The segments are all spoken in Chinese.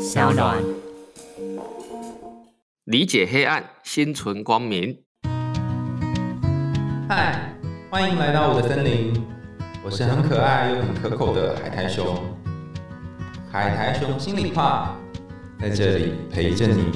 小暖， 理解黑暗，心存光明。 嗨，欢迎来到我的森林，我是很可爱又很可口的海苔熊。海苔熊心里话，在这里陪着你。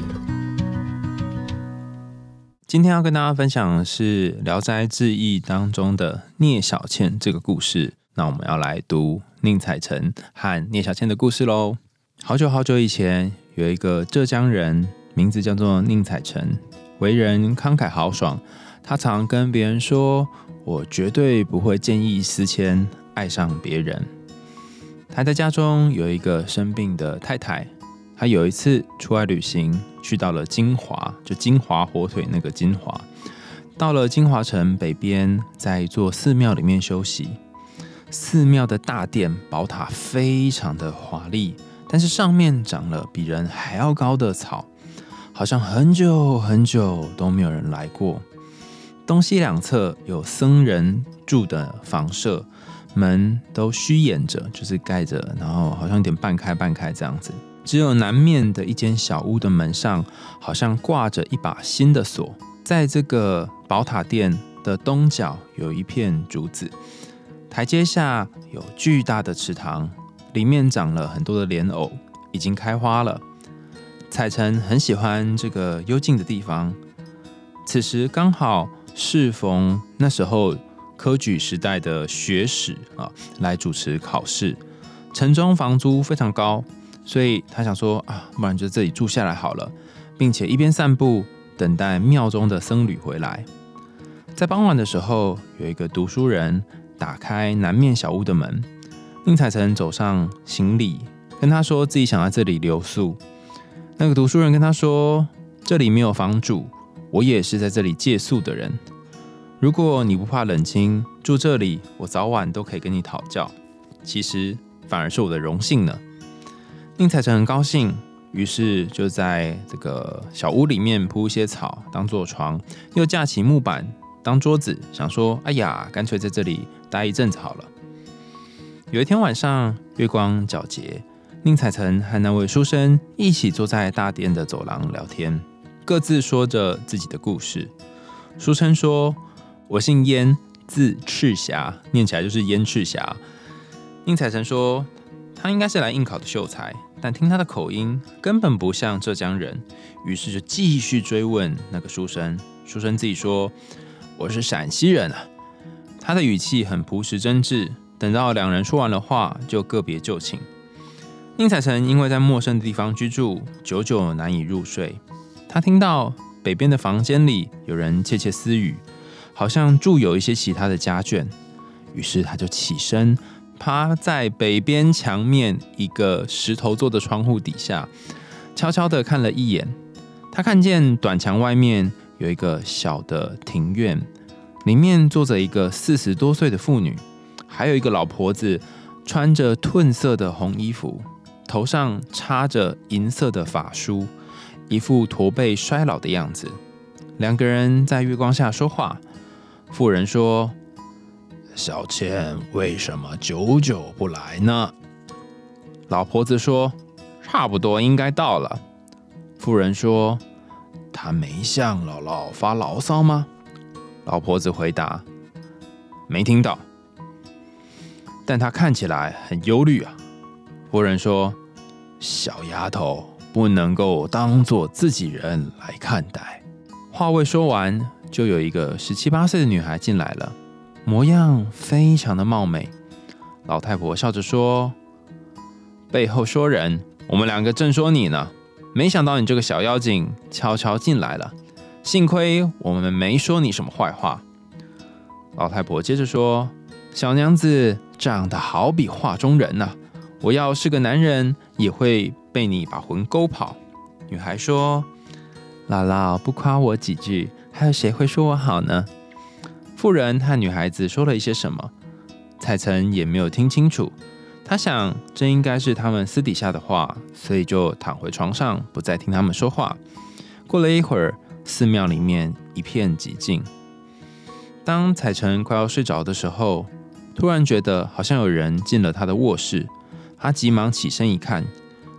今天要跟大家分享的是《聊斋志异》当中的聂小倩这个故事。那我们要来读宁采臣和聂小倩的故事咯。好久好久以前，有一个浙江人，名字叫做宁采臣，为人慷慨豪爽。他常跟别人说：“我绝对不会见异思迁，爱上别人。”他在家中有一个生病的太太。他有一次出外旅行，去到了金华，就金华火腿那个金华。到了金华城北边，在一座寺庙里面休息。寺庙的大殿宝塔非常的华丽，但是上面长了比人还要高的草，好像很久很久都没有人来过。东西两侧有僧人住的房舍，门都虚掩着，就是盖着，然后好像有点半开半开这样子。只有南面的一间小屋的门上，好像挂着一把新的锁。在这个宝塔殿的东角有一片竹子，台阶下有巨大的池塘，里面长了很多的莲藕，已经开花了。采臣很喜欢这个幽静的地方。此时刚好适逢那时候科举时代的学士来主持考试，城中房租非常高，所以他想说不然就这里住下来好了，并且一边散步等待庙中的僧侣回来。在傍晚的时候，有一个读书人打开南面小屋的门，宁采臣走上行礼，跟他说自己想在这里留宿。那个读书人跟他说：“这里没有房主，我也是在这里借宿的人。如果你不怕冷清，住这里，我早晚都可以跟你讨教。其实反而是我的荣幸呢。”宁采臣很高兴，于是就在这个小屋里面铺一些草当做床，又架起木板当桌子，想说哎呀，干脆在这里待一阵子好了。有一天晚上，月光皎洁，宁采臣和那位书生一起坐在大殿的走廊聊天，各自说着自己的故事。书生说：“我姓燕，字赤霞，念起来就是燕赤霞。”宁采臣说：“他应该是来应考的秀才，但听他的口音根本不像浙江人。”于是就继续追问那个书生。书生自己说：“我是陕西人啊。”他的语气很朴实真挚。等到两人说完了话，就个别就寝。宁采臣因为在陌生的地方居住，久久难以入睡。他听到北边的房间里有人窃窃私语，好像住有一些其他的家眷。于是他就起身，趴在北边墙面一个石头做的窗户底下，悄悄地看了一眼。他看见短墙外面有一个小的庭院，里面坐着一个40多岁的妇女，还有一个老婆子，穿着褪色的红衣服，头上插着银色的发梳，一副驼背衰老的样子。两个人在月光下说话。妇人说：“小倩为什么久久不来呢？”老婆子说：“差不多应该到了。”妇人说：“她没向姥姥发牢骚吗？”老婆子回答：“没听到。”但她看起来很忧虑啊。夫人说：“小丫头不能够当作自己人来看待。”话未说完，就有一个17、18岁的女孩进来了，模样非常的貌美。老太婆笑着说：“背后说人，我们两个正说你呢，没想到你这个小妖精悄悄进来了，幸亏我们没说你什么坏话。”老太婆接着说：“小娘子长得好比画中人啊，我要是个男人，也会被你把魂勾跑。”女孩说：“姥姥不夸我几句，还有谁会说我好呢？”妇人和女孩子说了一些什么，采臣也没有听清楚。他想这应该是他们私底下的话，所以就躺回床上，不再听他们说话。过了一会儿，寺庙里面一片寂静。当采臣快要睡着的时候，突然觉得好像有人进了他的卧室。他急忙起身一看，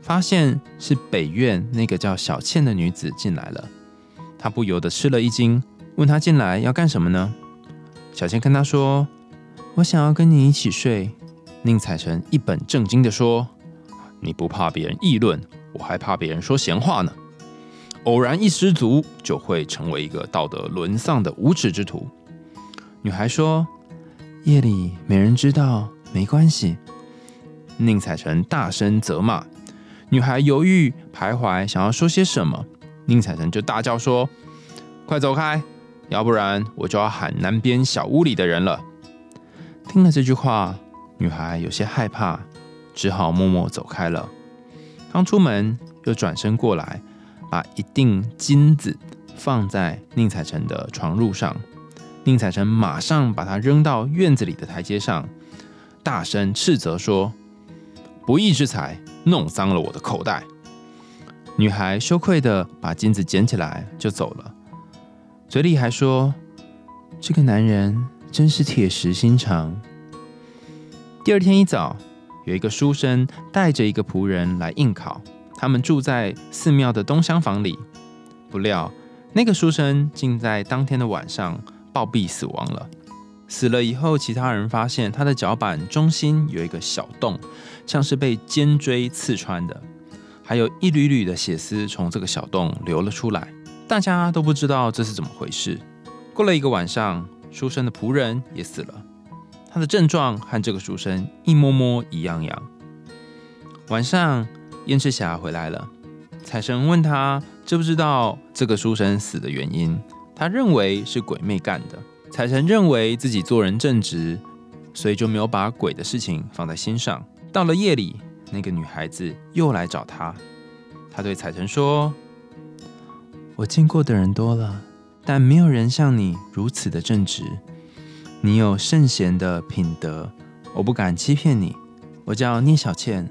发现是北院那个叫小倩的女子进来了。他不由得吃了一惊，问她进来要干什么呢？小倩跟他说：“我想要跟你一起睡。”宁采臣一本正经地说：“你不怕别人议论，我还怕别人说闲话呢。偶然一失足，就会成为一个道德沦丧的无耻之徒。”女孩说：“夜里没人知道，没关系。”宁采臣大声责骂，女孩犹豫徘徊，想要说些什么。宁采臣就大叫说：“快走开，要不然我就要喊南边小屋里的人了。”听了这句话，女孩有些害怕，只好默默走开了。刚出门，又转身过来，把一锭金子放在宁采臣的床褥上。宁采臣马上把它扔到院子里的台阶上，大声斥责说：“不义之财，弄脏了我的口袋！”女孩羞愧地把金子捡起来就走了，嘴里还说：“这个男人真是铁石心肠。”第二天一早，有一个书生带着一个仆人来应考，他们住在寺庙的东厢房里。不料那个书生竟在当天的晚上暴毙死亡了。死了以后，其他人发现他的脚板中心有一个小洞，像是被尖锥刺穿的，还有一缕缕的血丝从这个小洞流了出来。大家都不知道这是怎么回事。过了一个晚上，书生的仆人也死了，他的症状和这个书生一模模一样样。晚上，燕赤霞回来了，财神问他知不知道这个书生死的原因，他认为是鬼魅干的。财神认为自己做人正直，所以就没有把鬼的事情放在心上。到了夜里，那个女孩子又来找他，他对财神说：“我见过的人多了，但没有人像你如此的正直。你有圣贤的品德，我不敢欺骗你。我叫聂小倩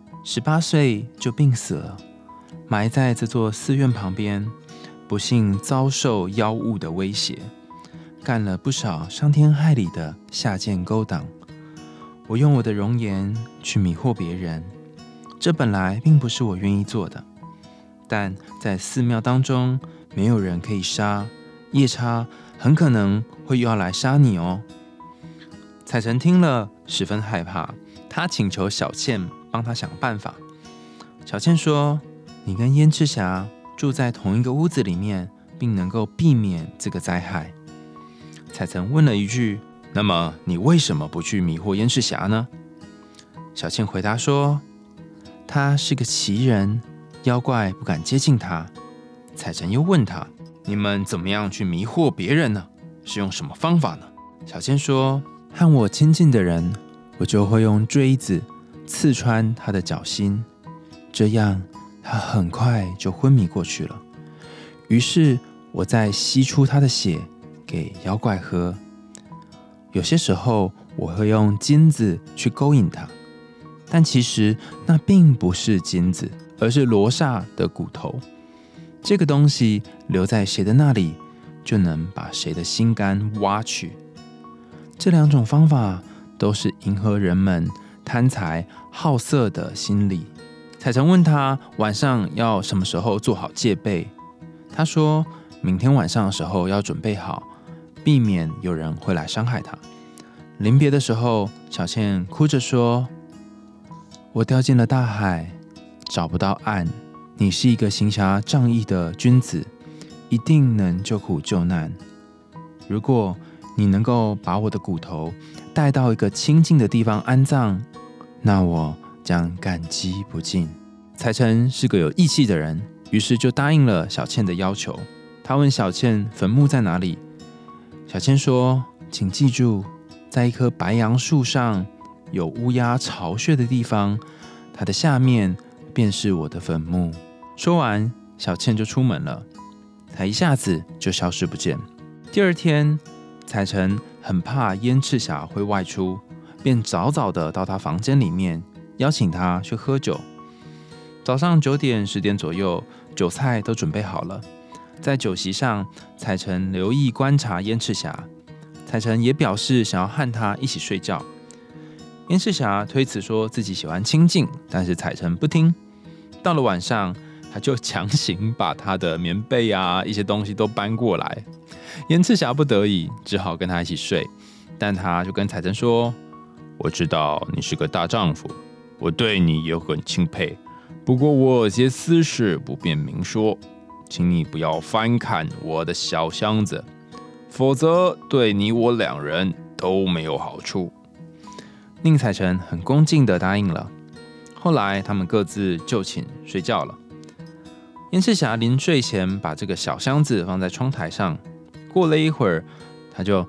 ，18岁就病死了，埋在这座寺院旁边，不幸遭受妖物的威胁，干了不少伤天害理的下贱勾当。我用我的容颜去迷惑别人，这本来并不是我愿意做的，但在寺庙当中没有人可以杀，夜叉很可能会又要来杀你哦。”采臣听了十分害怕，他请求小倩帮他想办法。小倩说：“你跟燕赤霞住在同一个屋子里面，并能够避免这个灾害。”采臣问了一句：“那么你为什么不去迷惑燕赤霞呢？”小倩回答说：“他是个奇人，妖怪不敢接近他。”采臣又问他：“你们怎么样去迷惑别人呢？是用什么方法呢？”小倩说：“和我亲近的人，我就会用锥子刺穿他的脚心，这样他很快就昏迷过去了。于是我再吸出他的血给妖怪喝。有些时候我会用金子去勾引他，但其实那并不是金子，而是罗刹的骨头。这个东西留在谁的那里，就能把谁的心肝挖去。这两种方法都是迎合人们贪财好色的心理。”采臣问他晚上要什么时候做好戒备，他说明天晚上的时候要准备好，避免有人会来伤害他。临别的时候，小倩哭着说：“我掉进了大海，找不到岸。你是一个行侠仗义的君子，一定能救苦救难。如果你能够把我的骨头带到一个清净的地方安葬，那我将感激不尽。”采臣是个有义气的人，于是就答应了小倩的要求。他问小倩坟墓在哪里，小倩说：“请记住，在一棵白杨树上有乌鸦巢穴的地方，它的下面便是我的坟墓。”说完，小倩就出门了，她一下子就消失不见。第二天，采臣很怕燕赤霞会外出，便早早的到他房间里面，邀请他去喝酒。早上9点、10点左右，酒菜都准备好了。在酒席上，采臣留意观察燕赤霞，采臣也表示想要和他一起睡觉。燕赤霞推辞说自己喜欢清静，但是采臣不听。 到了晚上，他就强行把他的棉被啊一些东西都搬过来。燕赤霞不得已，只好跟他一起睡。但他就跟彩晨说：“我知道你是个大丈夫，我对你也很钦佩。不过我有些私事不便明说，请你不要翻看我的小箱子，否则对你我两人都没有好处。”宁采臣很恭敬地答应了。后来他们各自就寝睡觉了。燕赤霞临睡前把这个小箱子放在窗台上，过了一会儿，他就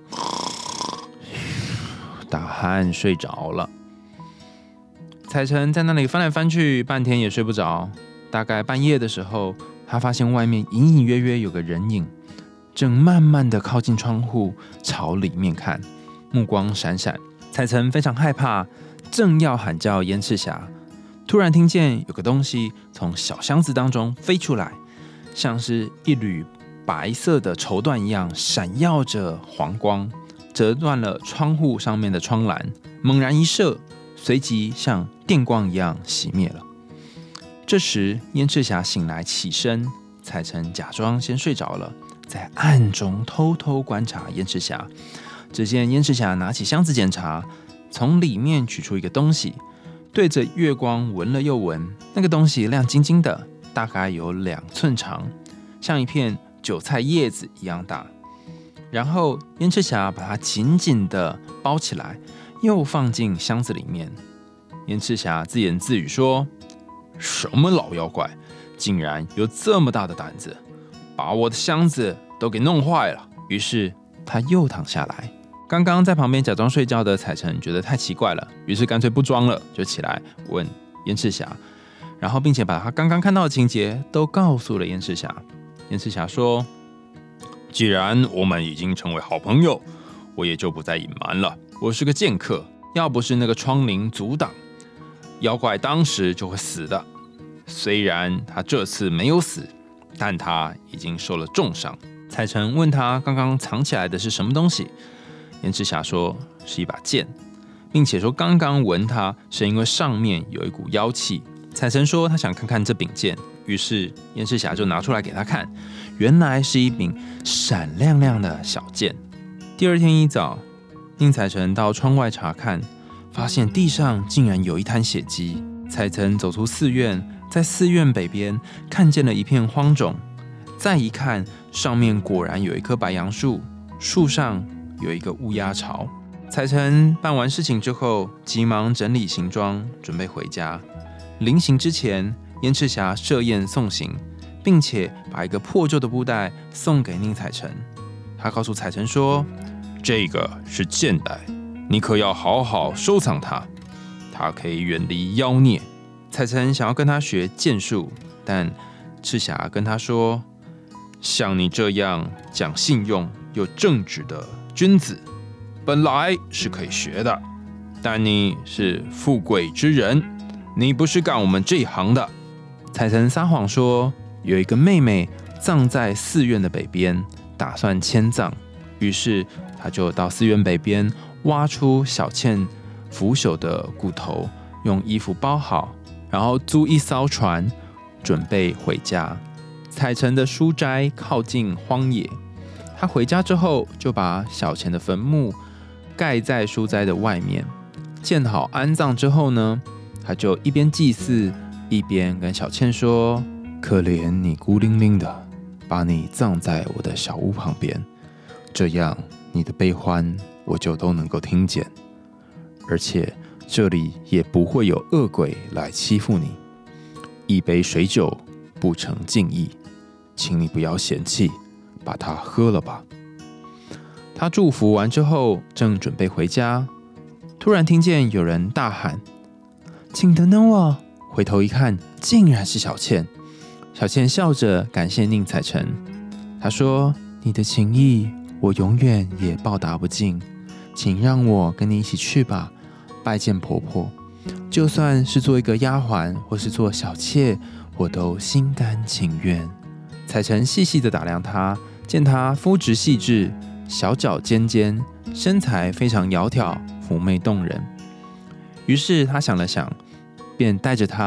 打鼾睡着了。采臣在那里翻来翻去，半天也睡不着。大概半夜的时候，他发现外面隐隐约约有个人影，正慢慢的靠近窗户，朝里面看，目光闪闪。采臣非常害怕，正要喊叫燕赤霞，突然听见有个东西从小箱子当中飞出来，像是一缕白色的绸缎一样，闪耀着黄光，折断了窗户上面的窗栏，猛然一射，随即像电光一样熄灭了。这时燕赤霞醒来起身，采臣假装先睡着了，在暗中偷偷观察燕赤霞。只见燕赤霞拿起箱子检查，从里面取出一个东西，对着月光闻了又闻，那个东西亮晶晶的，大概有2寸长，像一片韭菜叶子一样大。然后燕赤霞把它紧紧地包起来，又放进箱子里面。燕赤霞自言自语说：“什么老妖怪，竟然有这么大的胆子，把我的箱子都给弄坏了。”于是他又躺下来。刚刚在旁边假装睡觉的采臣觉得太奇怪了，于是干脆不装了，就起来问燕赤霞，然后并且把他刚刚看到的情节都告诉了燕赤霞。燕赤霞说：“既然我们已经成为好朋友，我也就不再隐瞒了。我是个剑客，要不是那个窗棂阻挡，妖怪当时就会死的。虽然他这次没有死，但他已经受了重伤。”采臣问他刚刚藏起来的是什么东西，燕赤霞说是一把剑，并且说刚刚闻它是因为上面有一股妖气。采臣说他想看看这柄剑，于是燕赤霞就拿出来给他看，原来是一柄闪亮亮的小剑。第二天一早，宁采臣到窗外查看，发现地上竟然有一滩血迹。采臣走出寺院，在寺院北边看见了一片荒冢，再一看，上面果然有一棵白杨树，树上有一个乌鸦巢。采臣办完事情之后，急忙整理行装，准备回家。临行之前，燕赤霞设宴送行，并且把一个破旧的布袋送给宁采臣。他告诉采臣说：“这个是剑袋，你可要好好收藏它，它可以远离妖孽。”采臣想要跟他学剑术，但赤霞跟他说：“像你这样讲信用又正直的君子，本来是可以学的，但你是富贵之人，你不是干我们这一行的。”采臣撒谎说有一个妹妹葬在寺院的北边，打算迁葬，于是他就到寺院北边挖出小倩腐朽的骨头，用衣服包好，然后租一艘船，准备回家。采臣的书斋靠近荒野，他回家之后就把小倩的坟墓盖在书斋的外面。建好安葬之后呢，他就一边祭祀，一边跟小倩说：“可怜你孤零零的，把你葬在我的小屋旁边，这样你的悲欢我就都能够听见，而且这里也不会有恶鬼来欺负你。一杯水酒不成敬意，请你不要嫌弃，把它喝了吧。”他祝福完之后，正准备回家，突然听见有人大喊：“请等等我！”回头一看，竟然是小倩。小倩笑着感谢宁采臣，她说：“你的情谊我永远也报答不尽，请让我跟你一起去吧，拜见婆婆。就算是做一个丫鬟，或是做小妾，我都心甘情愿。”采臣细细的打量她，见她肤质细致，小脚尖尖，身材非常窈窕，妩媚动人。于是他想了想，便带着她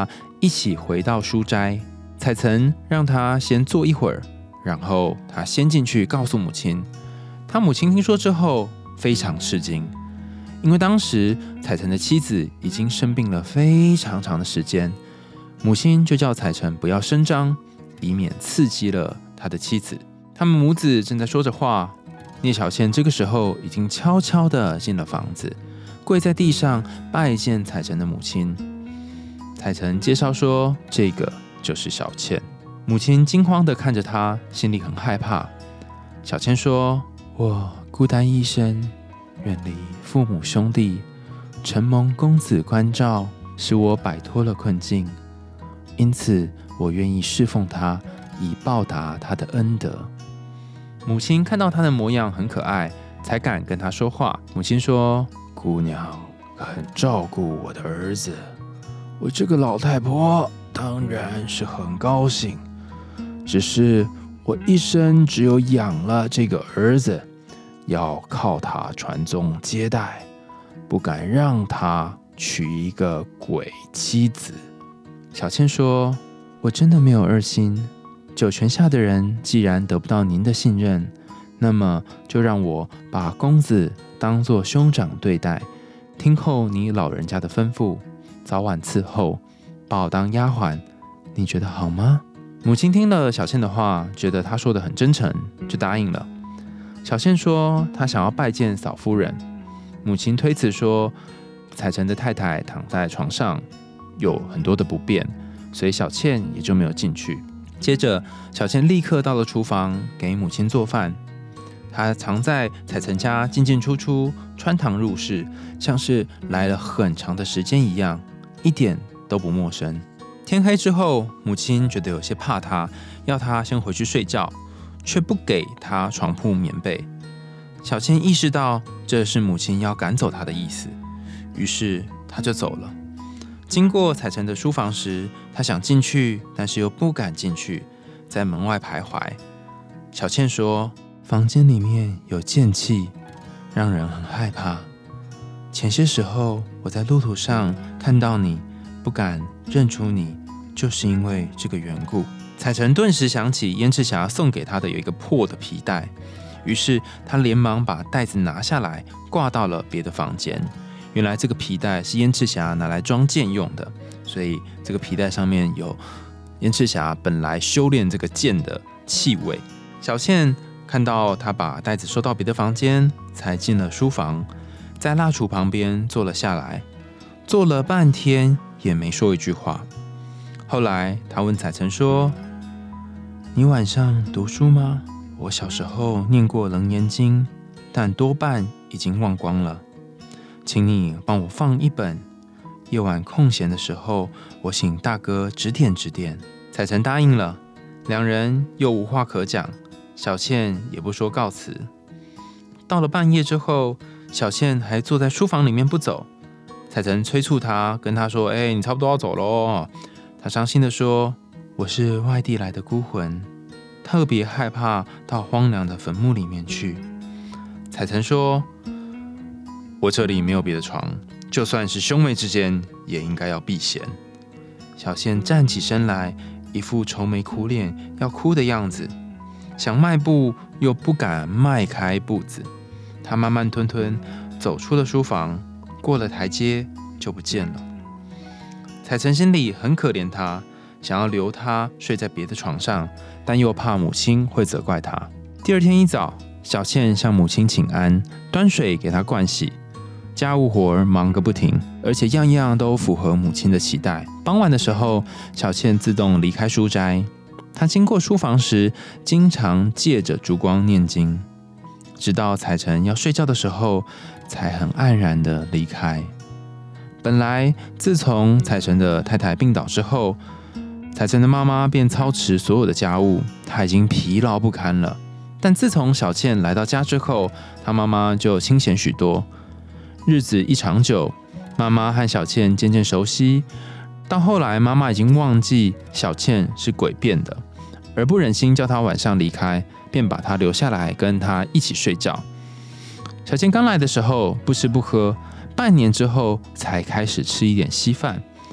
一起回到书斋。彩岑让他先坐一会儿，然后他先进去告诉母亲。他母亲听说之后非常吃惊，因为当时彩岑的妻子已经生病了非常长的时间，母亲就叫彩岑不要声张，以免刺激了他的妻子。他们母子正在说着话，聂小倩这个时候已经悄悄地进了房子，跪在地上拜见彩岑的母亲。彩岑介绍说，这个就是小倩。母亲惊慌地看着她，心里很害怕。小倩说，我孤单一生，远离父母兄弟，承蒙公子关照，使我摆脱了困境，因此我愿意侍奉他，以报答他的恩德。母亲看到他的模样很可爱，才敢跟他说话。母亲说，姑娘很照顾我的儿子，我这个老太婆当然是很高兴，只是我一生只有养了这个儿子，要靠他传宗接代，不敢让他娶一个鬼妻子。小倩说，我真的没有二心，九泉下的人既然得不到您的信任，那么就让我把公子当作兄长对待，听候你老人家的吩咐，早晚伺候，把我当丫鬟，你觉得好吗？母亲听了小倩的话，觉得她说得很真诚，就答应了。小倩说，她想要拜见嫂夫人。母亲推辞说，彩岑的太太躺在床上，有很多的不便，所以小倩也就没有进去。接着，小倩立刻到了厨房给母亲做饭。她常在彩岑家进进出出，穿堂入室，像是来了很长的时间一样，一点都不陌生。天黑之后，母亲觉得有些怕她，要她先回去睡觉，却不给她床铺棉被。小倩意识到这是母亲要赶走她的意思，于是她就走了。经过彩岑的书房时，她想进去，但是又不敢进去，在门外徘徊。小倩说，房间里面有剑气，让人很害怕。前些时候我在路途上看到你，不敢认出你，就是因为这个缘故。彩岑顿时想起燕赤霞送给她的有一个破的皮带，于是她连忙把带子拿下来，挂到了别的房间。原来这个皮带是燕赤霞拿来装剑用的，所以这个皮带上面有燕赤霞本来修炼这个剑的气味。小倩看到她把带子收到别的房间，才进了书房，在蜡烛旁边坐了下来，坐了半天也没说一句话。后来她问彩岑说，你晚上读书吗？我小时候念过《楞严经》，但多半已经忘光了，请你帮我放一本，夜晚空闲的时候，我请大哥指点指点。彩岑答应了，两人又无话可讲，小倩也不说告辞。到了半夜之后，小倩还坐在书房里面不走，彩岑催促她，跟她说，你差不多要走咯。她伤心地说，我是外地来的孤魂，特别害怕到荒凉的坟墓里面去。彩岑说，我这里没有别的床，就算是兄妹之间也应该要避嫌。小倩站起身来，一副愁眉苦脸要哭的样子，想迈步又不敢迈开步子。她慢慢吞吞走出了书房，过了台阶就不见了。彩岑心里很可怜她，想要留她睡在别的床上，但又怕母亲会责怪她。第二天一早，小倩向母亲请安，端水给她盥洗，家务活儿忙个不停，而且样样都符合母亲的期待。傍晚的时候，小倩自动离开书斋。她经过书房时，经常借着烛光念经，直到彩岑要睡觉的时候，才很黯然的离开。本来自从彩岑的太太病倒之后，彩岑的妈妈便操持所有的家务，她已经疲劳不堪了。但自从小倩来到家之后，她妈妈就清闲许多。日子一长久，妈妈和小倩渐渐熟悉，到后来妈妈已经忘记小倩是诡辩的，而不忍心叫她晚上离开，便把她留下来跟她一起睡觉。小倩刚来的时候不吃不喝，半年之后才开始吃一点稀饭。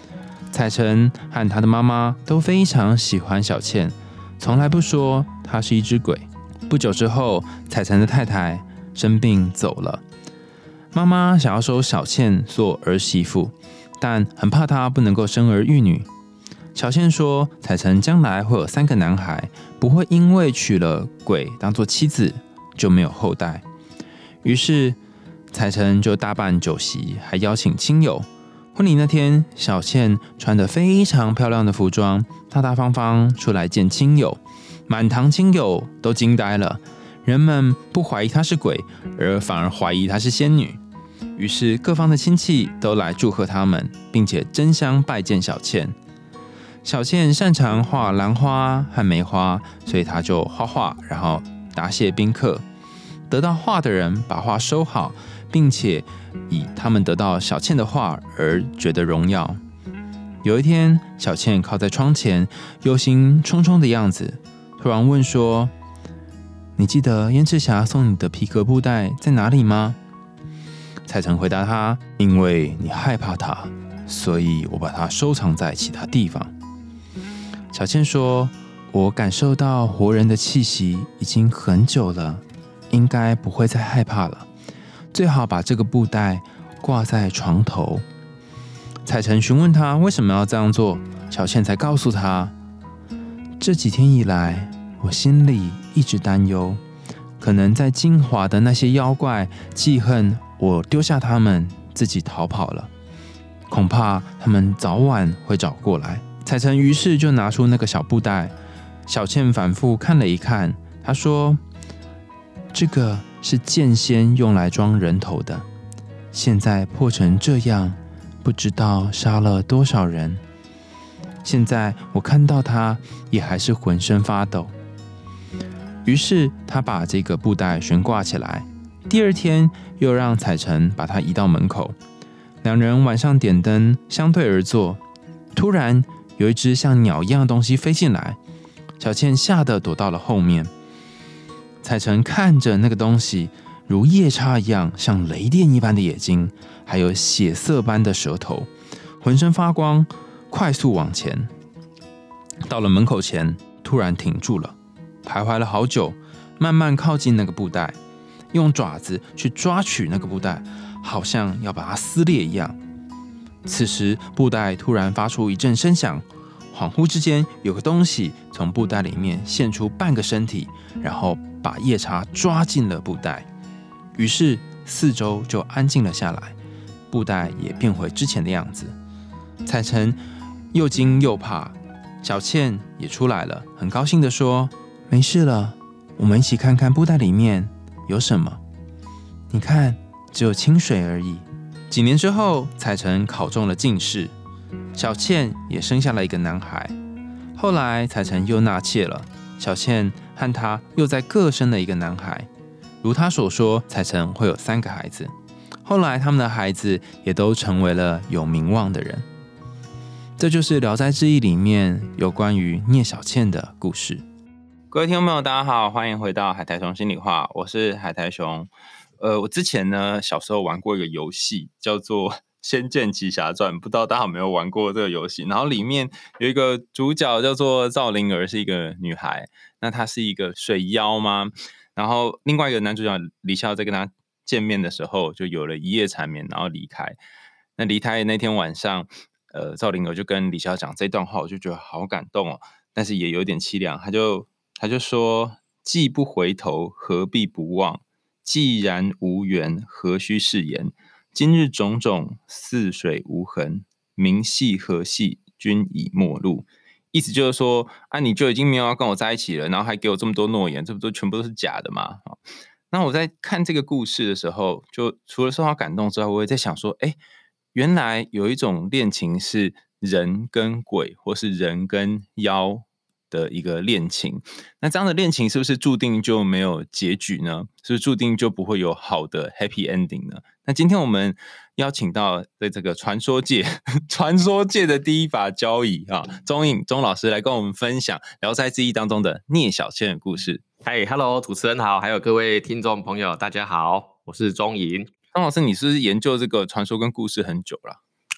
彩晨和他的妈妈都非常喜欢小倩，从来不说她是一只鬼。不久之后，彩晨的太太生病走了，妈妈想要收小倩做儿媳妇，但很怕她不能够生儿育女。小倩说，彩晨将来会有3个男孩，不会因为娶了鬼当做妻子就没有后代。于是彩晨就大办酒席，还邀请亲友。婚礼那天，小倩穿得非常漂亮的服装，大大方方出来见亲友，满堂亲友都惊呆了。人们不怀疑她是鬼，而反而怀疑她是仙女。于是各方的亲戚都来祝贺他们，并且争相拜见小倩。小倩擅长画兰花和梅花，所以她就画画，然后答谢宾客。得到画的人把画收好，并且以他们得到小倩的画而觉得荣耀。有一天，小倩靠在窗前，忧心忡忡的样子，突然问说：“你记得燕赤霞送你的皮革布袋在哪里吗？”彩晨回答她：“因为你害怕它，所以我把它收藏在其他地方。”小倩说：“我感受到活人的气息已经很久了，应该不会再害怕了。最好把这个布袋挂在床头。”彩晨询问他为什么要这样做，小倩才告诉他：“这几天以来，我心里一直担忧，可能在金华的那些妖怪记恨我丢下他们自己逃跑了，恐怕他们早晚会找过来。”彩晨于是就拿出那个小布袋，小倩反复看了一看，她说：“这个是剑仙用来装人头的，现在破成这样，不知道杀了多少人。现在我看到他也还是浑身发抖。”于是他把这个布袋悬挂起来，第二天又让彩晨把它移到门口。两人晚上点灯，相对而坐。突然有一只像鸟一样的东西飞进来，小倩吓得躲到了后面。彩晨看着那个东西，如夜叉一样像雷电一般的眼睛，还有血色般的舌头，浑身发光，快速往前。到了门口前，突然停住了，徘徊了好久，慢慢靠近那个布袋，用爪子去抓取那个布袋，好像要把它撕裂一样。此时布袋突然发出一阵声响，恍惚之间有个东西从布袋里面现出半个身体，然后把夜叉抓进了布袋。于是四周就安静了下来，布袋也变回之前的样子。彩晨又惊又怕，小倩也出来了，很高兴地说：“没事了，我们一起看看布袋里面有什么。你看，只有清水而已。”几年之后，彩晨考中了进士，小倩也生下了一个男孩。后来彩晨又纳妾了，小倩和他又再各生了一个男孩。如他所说，彩晨会有3个孩子。后来他们的孩子也都成为了有名望的人。这就是《聊斋志异》里面有关于聂小倩的故事。各位听众朋友，大家好，欢迎回到海苔熊心里话，我是海苔熊。我之前呢，小时候玩过一个游戏，叫做《仙剑奇侠传》，不知道大家有没有玩过这个游戏？然后里面有一个主角叫做赵灵儿，是一个女孩，那她是一个水妖吗？然后另外一个男主角李逍在跟她见面的时候，就有了一夜缠绵，然后离开。那离开那天晚上，赵灵儿就跟李逍讲这段话，我就觉得好感动哦，但是也有点凄凉。他就说：“既不回头，何必不忘？既然无缘，何须誓言？今日种种，似水无痕。明夕何夕，君已陌路。”意思就是说，你就已经没有要跟我在一起了，然后还给我这么多诺言，这不都全部都是假的吗？那我在看这个故事的时候，就除了受到感动之外，我也在想说，原来有一种恋情是人跟鬼，或是人跟妖的一个恋情。那这样的恋情是不是注定就没有结局呢？是不是注定就不会有好的 happy ending 呢？那今天我们邀请到的这个传说界的第一把交椅钟老师来跟我们分享《聊斋志异》当中的聂小倩的故事。 Hello， 主持人好，还有各位听众朋友，大家好，我是钟颖。 钟老师，你是不是研究这个传说跟故事很久了？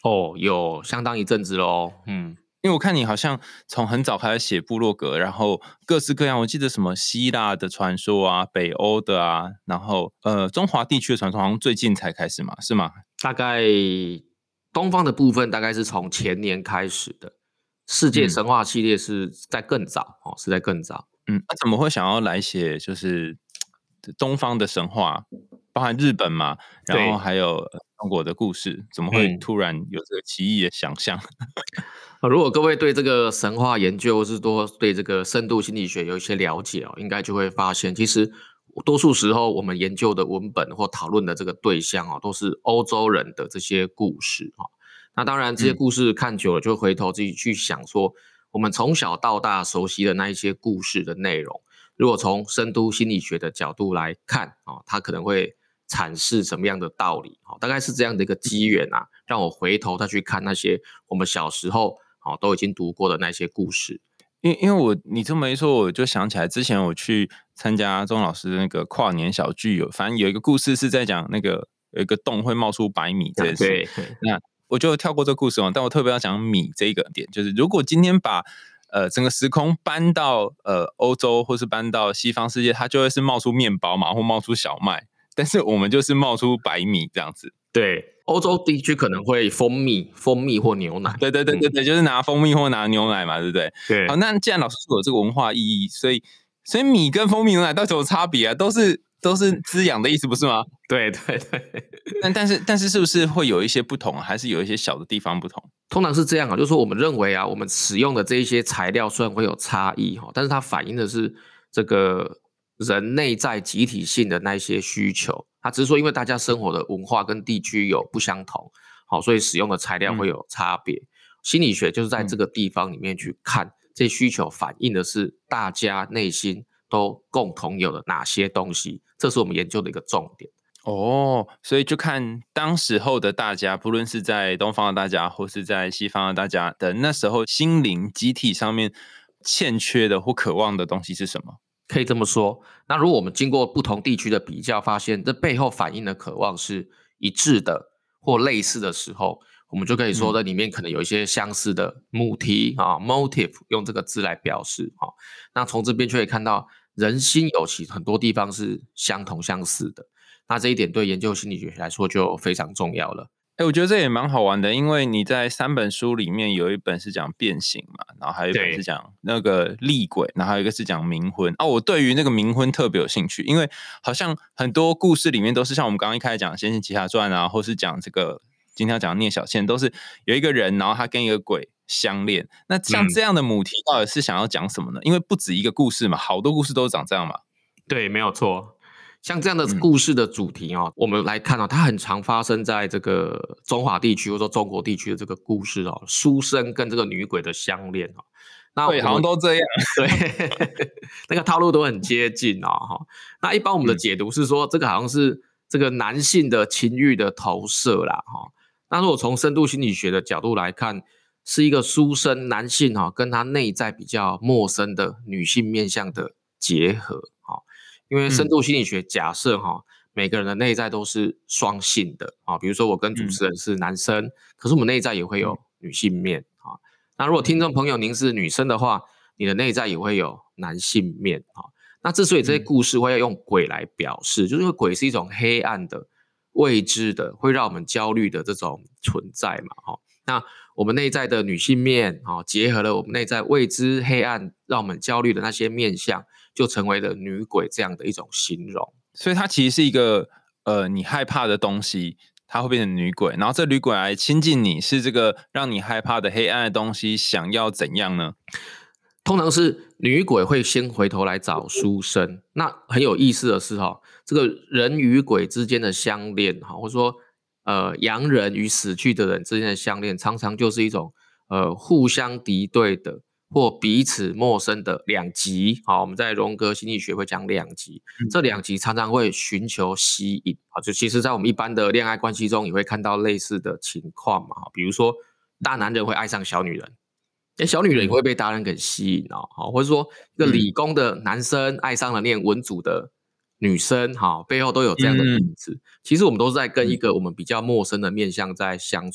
哦，有相当一阵子咯。 因为我看你好像从很早开始写部落格，然后各式各样，我记得什么希腊的传说啊，北欧的啊，然后中华地区的传说好像最近才开始嘛，是吗？ 大概东方的部分大概是从前年开始的，世界神话系列是在更早哦，是在更早。 那怎么会想要来写就是东方的神话，包含日本嘛，然后还有中国的故事，怎么会突然有这个奇异的想象？ 如果各位对这个神话研究，或是多对这个深度心理学有一些了解哦，应该就会发现，其实多数时候我们研究的文本或讨论的这个对象哦，都是欧洲人的这些故事哦。那当然，这些故事看久了，就回头自己去想说，我们从小到大熟悉的那一些故事的内容，如果从深度心理学的角度来看哦，它可能会阐释什么样的道理？大概是这样的一个机缘啊，让我回头再去看那些我们小时候都已经读过的那些故事。 因为你这么一说，我就想起来之前我去参加钟老师的那个跨年小聚，反正有一个故事是在讲那个有一个洞会冒出白米这件事。 对， 那我就跳过这个故事哦，但我特别要讲米这一个点，就是如果今天把整个时空搬到欧洲或是搬到西方世界，它就会是冒出面包嘛，或冒出小麦，但是我们就是冒出白米这样子。 对，欧洲地区可能会蜂蜜或牛奶。 对，就是拿蜂蜜或拿牛奶嘛，对不对？ 对。 好，那既然老师说有这个文化意义，所以米跟蜂蜜牛奶到底有差别啊？都是滋养的意思，不是吗？ 对。 但是是不是会有一些不同，还是有一些小的地方不同？ 通常是这样啊，就是说我们认为啊，我们使用的这一些材料虽然会有差异但是它反映的是这个人内在集体性的那一些需求。它只是说因为大家生活的文化跟地区有不相同，所以使用的材料会有差别。心理学就是在这个地方里面去看这需求反映的是大家内心都共同有的哪些东西，这是我们研究的一个重点。 所以就看当时候的大家，不论是在东方的大家或是在西方的大家的那时候心灵集体上面欠缺的或渴望的东西是什么。 可以这么说。那如果我们经过不同地区的比较，发现这背后反映的渴望是一致的或类似的时候，我们就可以说这里面可能有一些相似的母题motive， 用这个字来表示那从这边就可以看到人心有其很多地方是相同相似的。那这一点对研究心理学来说就非常重要了。 我觉得这也蛮好玩的，因为你在3本书里面有一本是讲变形嘛，然后还有一本是讲那个厉鬼，然后还有一个是讲冥婚我对于那个冥婚特别有兴趣，因为好像很多故事里面都是像我们刚刚一开始讲《仙剑奇侠传》啊，或是讲这个今天要讲的聂小倩，都是有一个人，然后他跟一个鬼相恋。那像这样的母题到底是想要讲什么呢？因为不止一个故事嘛，好多故事都是长这样嘛。 对，没有错。像这样的故事的主题我们来看它很常发生在这个中华地区或者说中国地区的这个故事书生跟这个女鬼的相恋那对，好像都这样。 对，那个套路都很接近那一般我们的解读是说，这个好像是这个男性的情欲的投射啦那如果从深度心理学的角度来看，是一个书生男性跟他内在比较陌生的女性面向的结合因为深度心理学假设每个人的内在都是双性的比如说我跟主持人是男生，可是我们内在也会有女性面那如果听众朋友您是女生的话，你的内在也会有男性面那之所以这些故事会用鬼来表示，就是因为鬼是一种黑暗的、未知的，会让我们焦虑的这种存在嘛那我们内在的女性面结合了我们内在未知、黑暗，让我们焦虑的那些面向，就成为了女鬼这样的一种形容。 所以它其实是一个你害怕的东西，它会变成女鬼，然后这女鬼来亲近你，是这个让你害怕的黑暗的东西想要怎样呢？ 通常是女鬼会先回头来找书生。那很有意思的是这个人与鬼之间的相恋或者说阳人与死去的人之间的相恋，常常就是一种互相敌对的或彼此陌生的两极我们在荣格心理学会讲两极，这两极常常会寻求吸引就其实在我们一般的恋爱关系中也会看到类似的情况嘛比如说大男人会爱上小女人，小女人也会被大人给吸引或者说一个理工的男生爱上了念文组的女生背后都有这样的因子其实我们都是在跟一个我们比较陌生的面向在相处，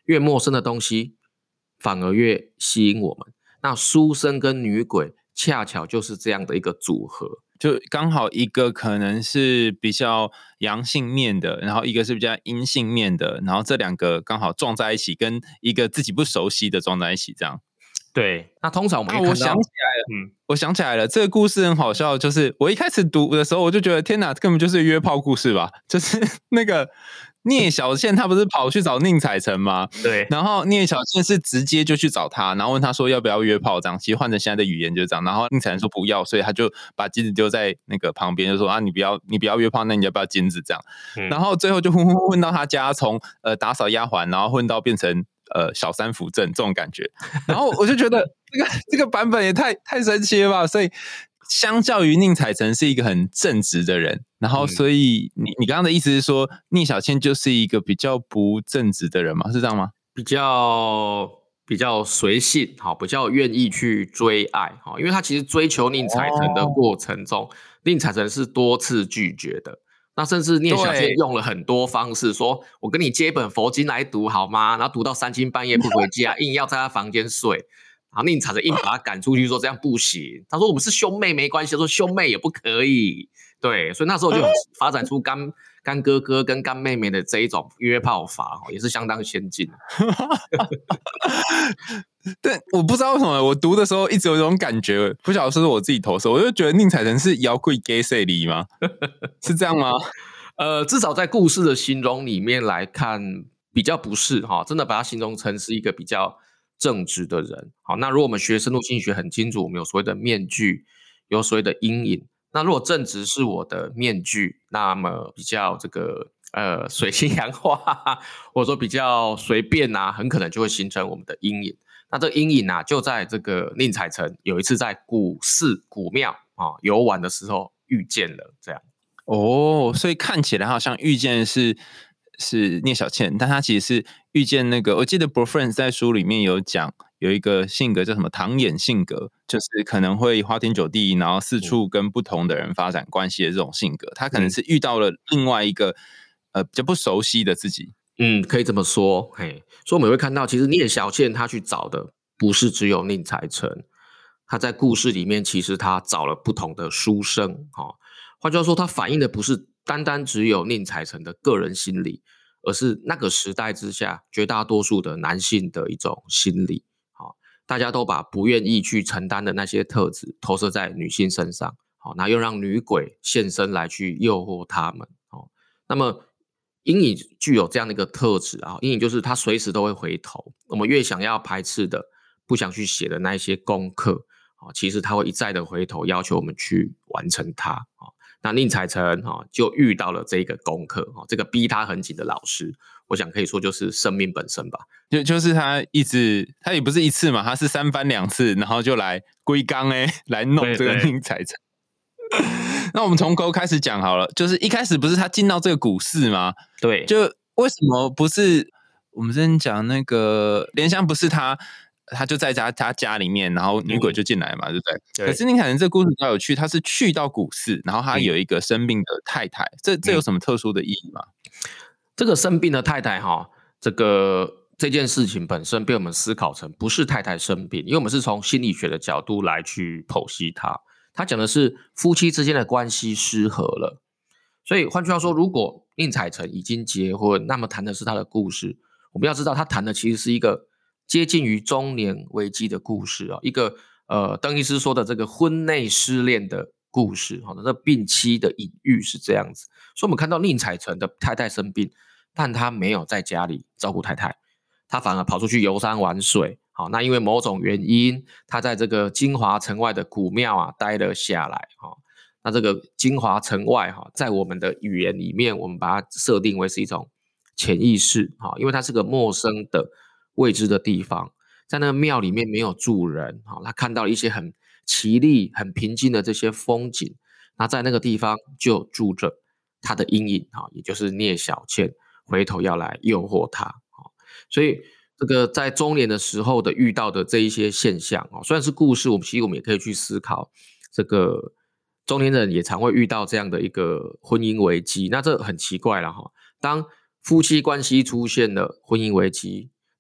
越陌生的东西反而越吸引我们。那书生跟女鬼恰巧就是这样的一个组合， 就刚好一个可能是比较阳性面的，然后一个是比较阴性面的，然后这两个刚好撞在一起，跟一个自己不熟悉的撞在一起，这样。 对，那通常我们会看到， 我想起来了，我想起来了，这个故事很好笑，就是我一开始读的时候，我就觉得天哪，根本就是约炮故事吧，就是那个聂小倩她不是跑去找宁采臣吗？ 对， 然后聂小倩是直接就去找他，然后问他说要不要约炮，这样其实换成现在的语言就是这样，然后宁采臣说不要，所以他就把金子丢在那个旁边，就说啊你不要约炮，那你要不要金子这样？然后最后就混到他家，从打扫丫鬟，然后混到变成小三扶正这种感觉，然后我就觉得这个版本也太神奇了吧！所以相较于宁采臣是一个很正直的人，然后所以你刚刚的意思是说聂小倩就是一个比较不正直的人吗？是这样吗？ 比较随性，比较愿意去追爱，因为他其实追求宁采臣的过程中，宁采臣是多次拒绝的。那甚至聂小倩用了很多方式，说我跟你借一本佛经来读好吗？然后读到3更半夜不回家，硬要在他房间睡。然后宁采臣硬把他赶出去，说这样不行。他说我们是兄妹没关系，说兄妹也不可以。对，所以那时候就发展出干哥哥跟干妹妹的这一种约炮法，也是相当先进。 但我不知道为什么，我读的时候一直有一种感觉，不晓得是不是我自己投射，我就觉得宁采臣是摇滚 gay 色里吗？是这样吗？ 至少在故事的形容里面来看，比较不是真的把他形容成是一个比较正直的人。好，那如果我们学深度心理学很清楚，我们有所谓的面具，有所谓的阴影。那如果正直是我的面具，那么比较这个水性杨花，或者说比较随便啊，很可能就会形成我们的阴影。那这个阴影啊，就在这个宁采臣有一次在古庙游玩的时候遇见了，这样。 所以看起来好像遇见是聂小倩，但他其实是遇见那个，我记得 Brofriends 在书里面有讲。有一个性格叫什么唐眼性格，就是可能会花天酒地，然后四处跟不同的人发展关系的这种性格。他可能是遇到了另外一个比较不熟悉的自己。 可以这么说。所以我们会看到，其实聂小倩她去找的不是只有宁采臣，她在故事里面其实她找了不同的书生。换句话说，她反映的不是单单只有宁采臣的个人心理，而是那个时代之下绝大多数的男性的一种心理。大家都把不愿意去承担的那些特质投射在女性身上，那又让女鬼现身来去诱惑他们。那么阴影具有这样的一个特质啊，阴影就是他随时都会回头。我们越想要排斥的、不想去写的那一些功课，其实他会一再的回头要求我们去完成它。那宁采臣就遇到了这个功课，这个逼他很紧的老师，我想可以说就是生命本身吧。 就是他他也不是一次嘛，他是3番2次，然后就来归纲来弄这个宁采臣。那我们从头开始讲好了，就是一开始不是他进到这个古寺吗？ 对， 就为什么不是我们之前讲那个莲香，不是他就在他家里面，然后女鬼就进来嘛，对不对？ 对。 可是宁采臣这个故事比较有趣，他是去到古寺，然后他有一个生病的太太，这有什么特殊的意义吗？ 这个生病的太太这件事情本身被我们思考成不是太太生病，因为我们是从心理学的角度来去剖析它。他讲的是夫妻之间的关系失和了，所以换句话说，如果宁采臣已经结婚，那么谈的是他的故事。我们要知道，他谈的其实是一个接近于中年危机的故事一个邓医师说的这个婚内失恋的故事，这病妻的隐喻是这样子。所以我们看到宁采臣的太太生病，但他没有在家里照顾太太，他反而跑出去游山玩水。好，那因为某种原因，他在这个金华城外的古庙待了下来。那这个金华城外在我们的语言里面，我们把它设定为是一种潜意识，因为它是个陌生的未知的地方，在那个庙里面没有住人，他看到了一些很奇丽很平静的这些风景，那在那个地方就住着他的阴影，也就是聂小倩回头要来诱惑他。所以这个在中年的时候的遇到的这一些现象，虽然是故事，其实我们也可以去思考，这个中年人也常会遇到这样的一个婚姻危机。那这很奇怪了，当夫妻关系出现了婚姻危机，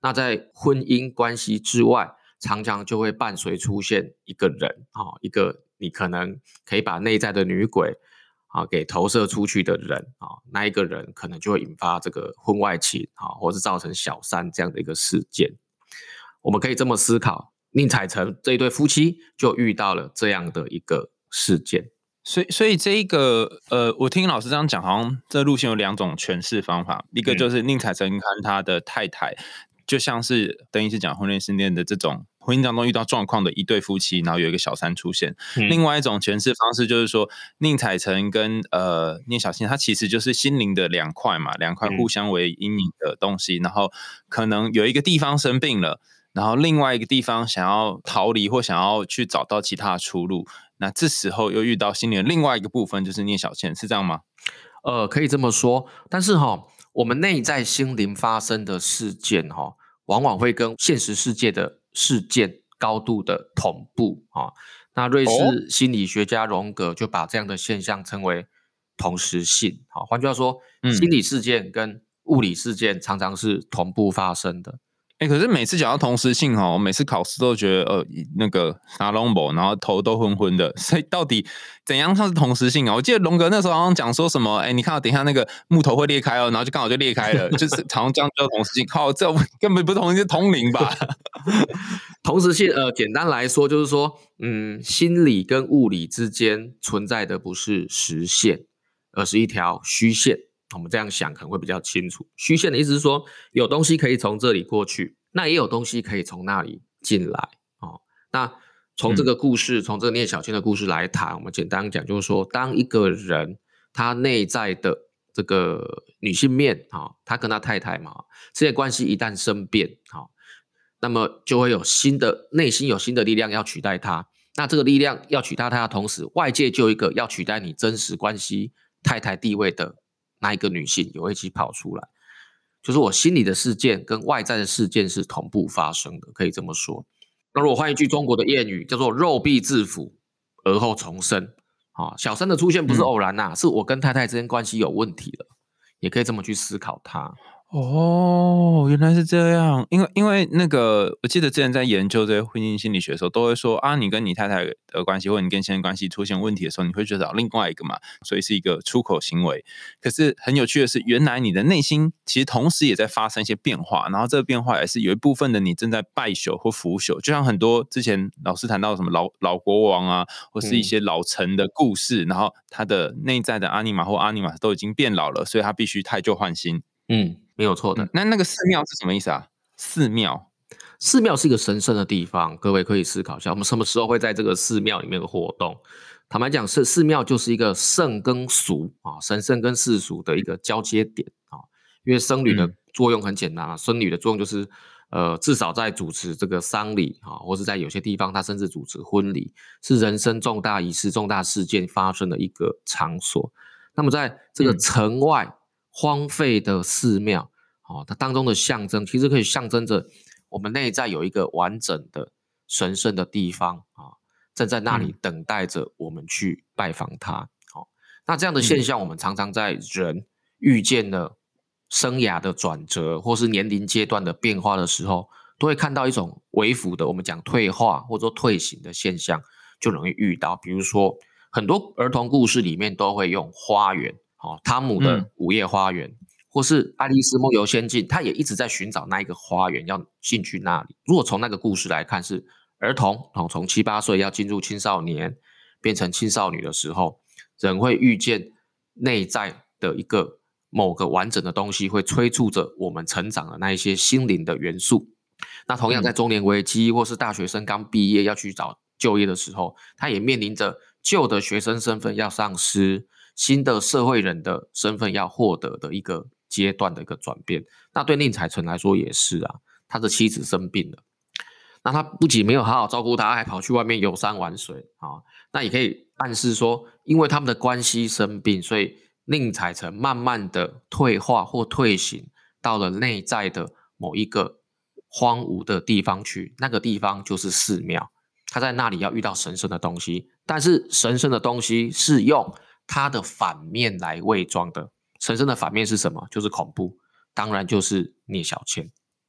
那在婚姻关系之外，常常就会伴随出现一个人，一个你可能可以把内在的女鬼给投射出去的人，那一个人可能就会引发这个婚外情，或是造成小三这样的一个事件。我们可以这么思考，宁采臣这一对夫妻就遇到了这样的一个事件。 所以这一个我听老师这样讲，好像这路线有2种诠释方法，一个就是宁采臣跟他的太太，就像是等于是讲婚恋失恋的这种婚姻当中遇到状况的一对夫妻，然后有一个小三出现。另外一种诠释方式就是说，宁采臣跟聂小倩，他其实就是心灵的2块嘛，2块互相为阴影的东西，然后可能有一个地方生病了，然后另外一个地方想要逃离或想要去找到其他的出路，那这时候又遇到心灵的另外一个部分，就是聂小倩，是这样吗？ 可以这么说，但是我们内在心灵发生的事件往往会跟现实世界的事件高度的同步那瑞士心理学家荣格就把这样的现象称为同时性。换句话说，心理事件跟物理事件常常是同步发生的。 可是每次讲到同时性我每次考试都觉得那个拿龙博，然后头都昏昏的，所以到底怎样算是同时性我记得荣格那时候好像讲说什么，你看等一下那个木头会裂开然后就刚好就裂开了，就是好像这样叫同时性。靠，这根本不是同时性，是通灵吧？ 同时性简单来说就是说，心理跟物理之间存在的不是实线，而是一条虚线。我们这样想可能会比较清楚。虚线的意思是说，有东西可以从这里过去，那也有东西可以从那里进来。那从这个故事，从这个聂小倩的故事来谈，我们简单讲就是说，当一个人他内在的这个女性面他跟他太太嘛，这些关系一旦生变那么就会有内心有新的力量要取代他。那这个力量要取代他的同时，外界就有一个要取代你真实关系太太地位的那一个女性也会一起跑出来，就是我心里的事件跟外在的事件是同步发生的，可以这么说。那如果换一句中国的谚语，叫做肉壁自腐，而后重生。小三的出现不是偶然是我跟太太之间关系有问题了，也可以这么去思考它。 原来是这样。因为那个我记得之前在研究这些婚姻心理学的时候，都会说你跟你太太的关系或者你跟先生关系出现问题的时候，你会去找另外一个嘛，所以是一个出口行为。可是很有趣的是，原来你的内心其实同时也在发生一些变化，然后这个变化也是有一部分的你正在败朽或腐朽，就像很多之前老师谈到什么老国王或是一些老臣的故事，然后他的内在的阿尼玛或阿尼玛都已经变老了，所以他必须汰旧换新。 没有错的。 那个寺庙是什么意思啊？寺庙是一个神圣的地方，各位可以思考一下，我们什么时候会在这个寺庙里面的活动？坦白讲，寺庙就是一个圣跟俗神圣跟世俗的一个交接点因为僧侣的作用很简单僧侣的作用就是至少在主持这个丧礼或是在有些地方他甚至主持婚礼，是人生重大仪式、重大事件发生的一个场所。那么在这个城外荒废的寺庙它当中的象征其实可以象征着我们内在有一个完整的神圣的地方正在那里等待着我们去拜访它那这样的现象我们常常在人遇见了生涯的转折或是年龄阶段的变化的时候，都会看到一种微幅的我们讲退化或者说退行的现象，就容易遇到。比如说很多儿童故事里面都会用花园汤姆的午夜花园或是爱丽丝梦游仙境，他也一直在寻找那一个花园要进去那里。如果从那个故事来看，是儿童从7、8岁要进入青少年变成青少女的时候，人会遇见内在的一个某个完整的东西，会催促着我们成长的那一些心灵的元素。那同样在中年危机或是大学生刚毕业要去找就业的时候，他也面临着旧的学生身份要丧失，新的社会人的身份要获得的一个阶段的一个转变。那对宁采臣来说也是他的妻子生病了，那他不仅没有好好照顾他，还跑去外面游山玩水那也可以暗示说，因为他们的关系生病，所以宁采臣慢慢的退化或退行到了内在的某一个荒芜的地方去，那个地方就是寺庙。他在那里要遇到神圣的东西，但是神圣的东西是用它的反面来伪装的。神圣的反面是什么？就是恐怖，当然就是聂小倩。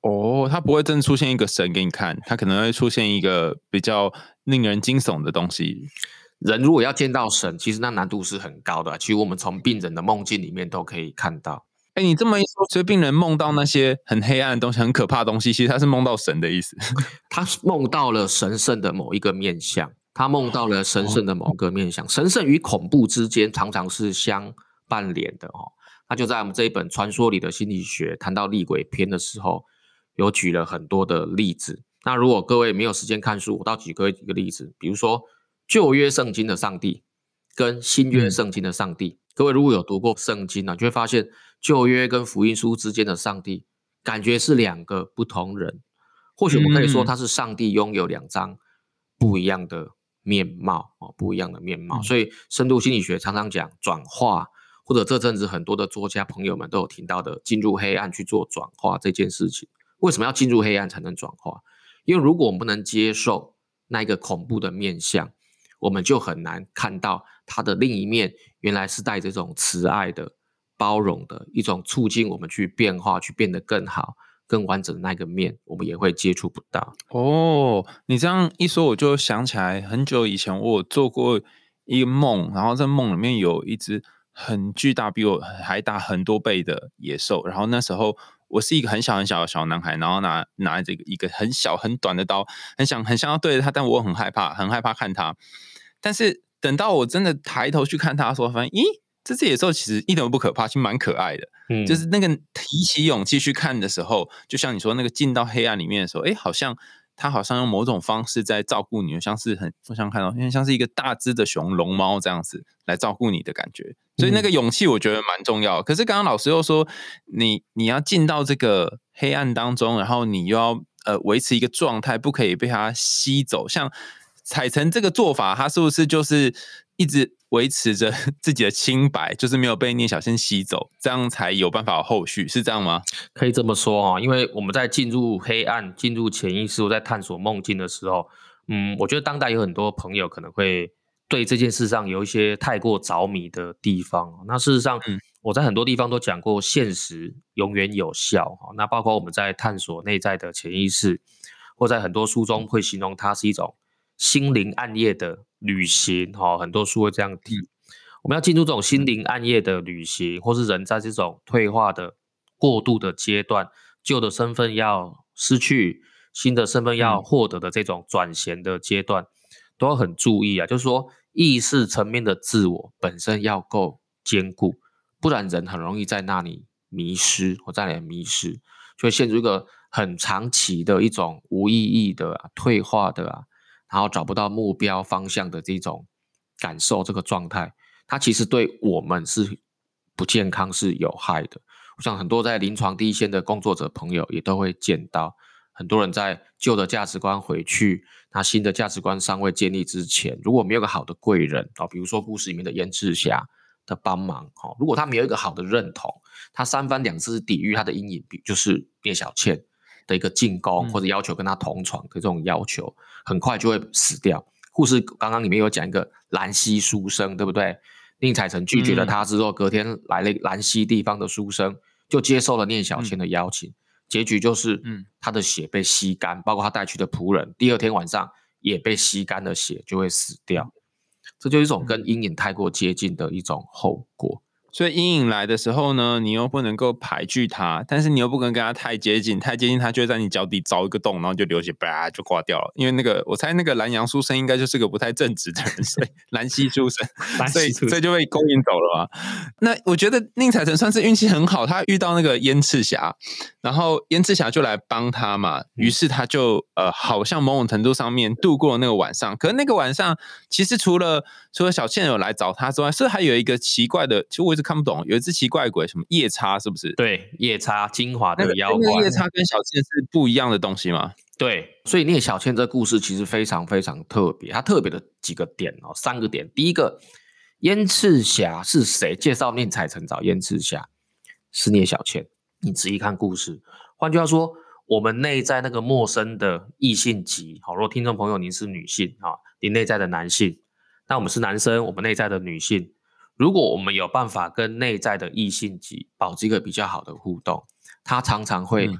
哦，他不会真的出现一个神给你看，他可能会出现一个比较令人惊悚的东西。 人如果要见到神，其实那难度是很高的。其实我们从病人的梦境里面都可以看到。 哎，你这么一说，所以病人梦到那些很黑暗的东西、很可怕的东西，其实他是梦到神的意思。 他梦到了神圣的某一个面向，他梦到了神圣的某个面向。神圣与恐怖之间常常是相伴连的哦。那就在我们这一本《传说里的心理学》谈到厉鬼篇的时候，有举了很多的例子。那如果各位没有时间看书，我倒举各位几个例子，比如说旧约圣经的上帝跟新约圣经的上帝。各位如果有读过圣经呢，就会发现旧约跟福音书之间的上帝感觉是两个不同人。或许我们可以说他是上帝拥有两张不一样的面貌，不一样的面貌。所以深度心理学常常讲转化，或者这阵子很多的作家朋友们都有听到的进入黑暗去做转化这件事情。为什么要进入黑暗才能转化？因为如果我们不能接受那一个恐怖的面向，我们就很难看到它的另一面，原来是带着这种慈爱的、包容的一种促进我们去变化、去变得更好、更完整的那个面，我们也会接触不到。 哦，你这样一说，我就想起来很久以前我有做过一个梦，然后在梦里面有一只很巨大，比我还大很多倍的野兽，然后那时候我是一个很小很小的小男孩，然后拿着一个很小很短的刀，很像要对着他，但我很害怕看他。但是等到我真的抬头去看他的时候，发现，咦，这只野兽其实一点都不可怕，其实蛮可爱的。就是那个提起勇气去看的时候，就像你说那个进到黑暗里面的时候，他好像用某种方式在照顾你，我想看到，因为像是一个大只的龙猫这样子来照顾你的感觉。所以那个勇气我觉得蛮重要的。可是刚刚老师又说，你要进到这个黑暗当中，然后你又要维持一个状态，不可以被它吸走。像彩晨这个做法，他是不是就是一直维持着自己的清白，就是没有被聂小倩吸走，这样才有办法有后续，是这样吗？ 可以这么说因为我们在进入黑暗、进入潜意识，或在探索梦境的时候，我觉得当代有很多朋友可能会对这件事上有一些太过着迷的地方。那事实上，我在很多地方都讲过，现实永远有效。那包括我们在探索内在的潜意识，或在很多书中会形容它是一种心灵暗夜的旅行，很多书会这样提。我们要进入这种心灵暗夜的旅行，或是人在这种退化的过渡的阶段，旧的身份要失去，新的身份要获得的这种转衔的阶段，都要很注意啊。就是说，意识层面的自我本身要够坚固，不然人很容易在那里迷失，或在那里迷失，就会陷入一个很长期的一种无意义的退化的然后找不到目标方向的这种感受，这个状态，它其实对我们是不健康、是有害的。我想很多在临床第一线的工作者朋友也都会见到，很多人在旧的价值观回去，那新的价值观尚未建立之前，如果没有个好的贵人比如说故事里面的燕赤霞的帮忙如果他没有一个好的认同，他三番两次抵御他的阴影，就是聂小倩的一个进攻，或者要求跟他同床的这种要求，很快就会死掉。故事刚刚里面有讲一个兰溪书生，对不对？宁采臣拒绝了他之后，隔天来了兰溪地方的书生，就接受了聂小倩的邀请。结局就是他的血被吸干，包括他带去的仆人，第二天晚上也被吸干了血，就会死掉。这就是一种跟阴影太过接近的一种后果。 所以阴影来的时候呢，你又不能够排拒它，但是你又不能跟它太接近，太接近它就会在你脚底凿一个洞，然后就流血，啪就挂掉了。因为我猜那个南洋书生应该就是个不太正直的人，所以兰溪书生，所以就被勾引走了嘛。那我觉得宁采臣算是运气很好，他遇到那个燕赤霞，然后燕赤霞就来帮他嘛，于是他就好像某种程度上面度过了那个晚上。可是那个晚上其实除了小倩有来找他之外，是还有一个奇怪的，其实我一直看不懂，有一只奇怪的鬼，什么夜叉是不是？ 对，夜叉精华的妖怪。 那个夜叉跟小倩是不一样的东西吗？ 对，所以聂小倩这故事其实非常非常特别，它特别的几个点3个点。第一个，燕赤霞是谁？介绍宁采臣找燕赤霞是聂小倩。你仔细看故事，换句话说，我们内在那个陌生的异性极，如果听众朋友您是女性您内在的男性，那我们是男生，我们内在的女性。如果我们有办法跟内在的异性极保持一个比较好的互动，他常常会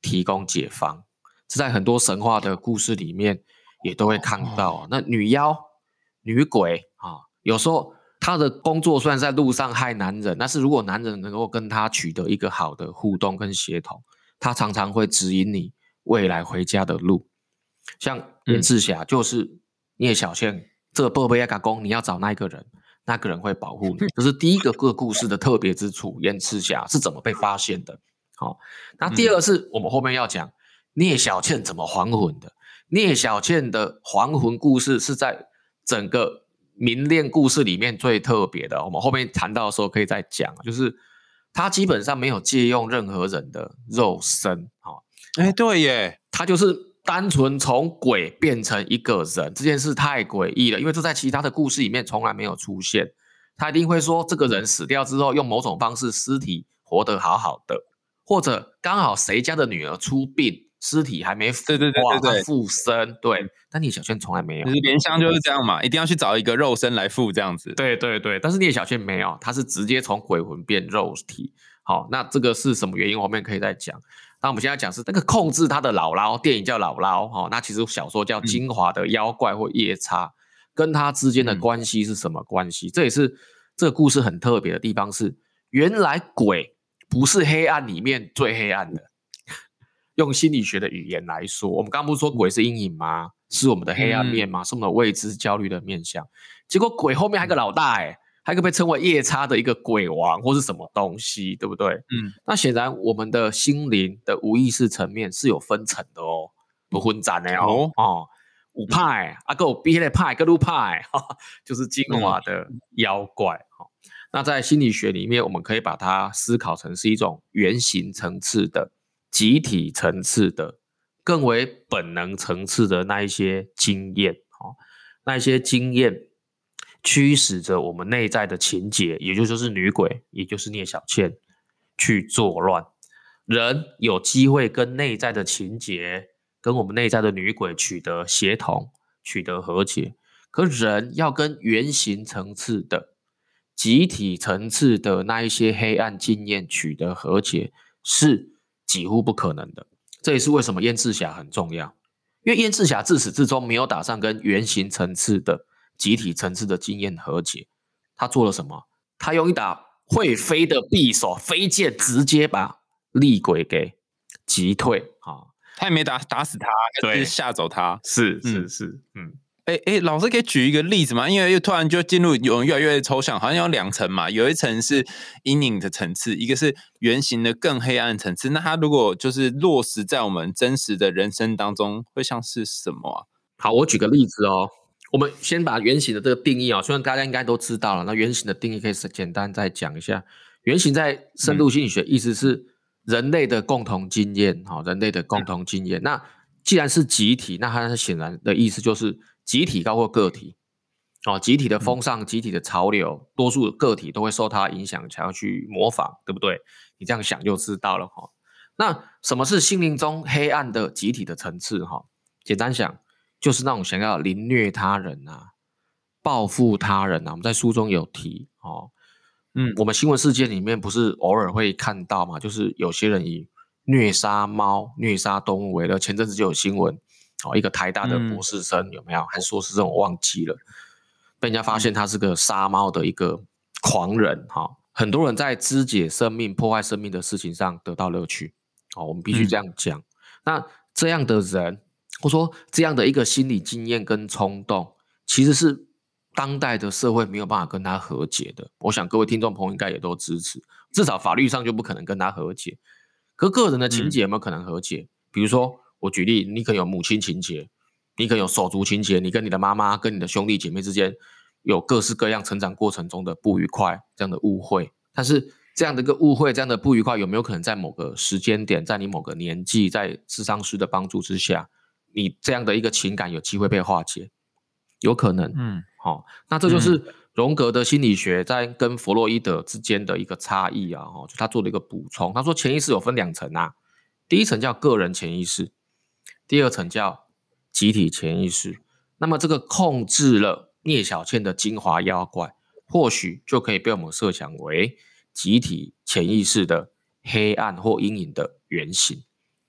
提供解方。这在很多神话的故事里面也都会看到。那女妖、女鬼啊，有时候她的工作虽然在路上害男人，但是如果男人能够跟她取得一个好的互动跟协同，她常常会指引你未来回家的路。像燕赤霞就是聂小倩，这个贝贝亚嘎公，你要找那一个人，那个人会保护你。这是第一个故事的特别之处，燕赤霞是怎么被发现的。好，那第二个是我们后面要讲聂小倩怎么还魂的。聂小倩的还魂故事是在整个明恋故事里面最特别的，我们后面谈到的时候可以再讲，就是她基本上没有借用任何人的肉身。 对耶， 她就是单纯从鬼变成一个人，这件事太诡异了，因为这在其他的故事里面从来没有出现。他一定会说这个人死掉之后用某种方式尸体活得好好的，或者刚好谁家的女儿出殡，尸体还没附身。对，但聂小倩从来没有， 就是莲香就是这样嘛，一定要去找一个肉身来附这样子。 对，但是聂小倩没有，她是直接从鬼魂变肉体。好，那这个是什么原因？我们可以再讲。那我们现在讲是那个控制他的姥姥，电影叫姥姥，那其实小说叫精华的妖怪或夜叉，跟他之间的关系是什么关系？这也是这个故事很特别的地方是，原来鬼不是黑暗里面最黑暗的。用心理学的语言来说，我们刚刚不是说鬼是阴影吗？是我们的黑暗面吗？是我们的未知焦虑的面向。结果鬼后面还有个老大还有一个被称为夜叉的一个鬼王或是什么东西，对不对？那显然我们的心灵的无意识层面是有分层的哦，有分层的有派还有比那个派更多派，就是精华的妖怪。那在心理学里面，我们可以把它思考成是一种原型层次的、集体层次的、更为本能层次的那一些经验。那一些经验驱使着我们内在的情节，也就是女鬼，也就是聂小倩去作乱。人有机会跟内在的情节，跟我们内在的女鬼取得协同，取得和解。可人要跟原型层次的、集体层次的那一些黑暗经验取得和解，是几乎不可能的。这也是为什么燕赤霞很重要，因为燕赤霞自始至终没有打算跟原型层次的、集体层次的经验和解。他做了什么？他用一打会飞的匕首飞剑，直接把厉鬼给击退。 他也没打死他，还是吓走他。 是。 老师可以举一个例子吗？因为又突然就进入有越来越抽象，好像有2层嘛，有一层是阴影的层次，一个是原型的更黑暗的层次。那它如果就是落实在我们真实的人生当中，会像是什么啊？ 好，我举个例子哦。我们先把原型的这个定义虽然大家应该都知道了，那原型的定义可以简单再讲一下。原型在深度心理学意思是人类的共同经验，人类的共同经验。那既然是集体，那它显然的意思就是集体高过个体。集体的风尚、集体的潮流，多数个体都会受它影响，想要去模仿，对不对？你这样想就知道了。那什么是心灵中黑暗的集体的层次？简单想，就是那种想要凌虐他人报复他人我们在书中有提我们新闻事件里面不是偶尔会看到嘛，就是有些人以虐杀猫、虐杀动物为乐。前阵子就有新闻一个台大的博士生有没有？还是硕士生我忘记了，被人家发现他是个杀猫的一个狂人很多人在肢解生命、破坏生命的事情上得到乐趣我们必须这样讲。那这样的人，或说这样的一个心理经验跟冲动，其实是当代的社会没有办法跟他和解的。我想各位听众朋友应该也都支持，至少法律上就不可能跟他和解。可个人的情节有没有可能和解？比如说我举例，你可能有母亲情节，你可能有手足情节，你跟你的妈妈跟你的兄弟姐妹之间有各式各样成长过程中的不愉快，这样的误会。但是这样的一个误会，这样的不愉快，有没有可能在某个时间点，在你某个年纪，在諮商師的帮助之下，你这样的一个情感有机会被化解？有可能。那这就是荣格的心理学在跟弗洛伊德之间的一个差异就他做了一个补充。他说潜意识有分2层第一层叫个人潜意识，第2层叫集体潜意识。那么这个控制了聂小倩的精华妖怪，或许就可以被我们设想为集体潜意识的黑暗或阴影的原型。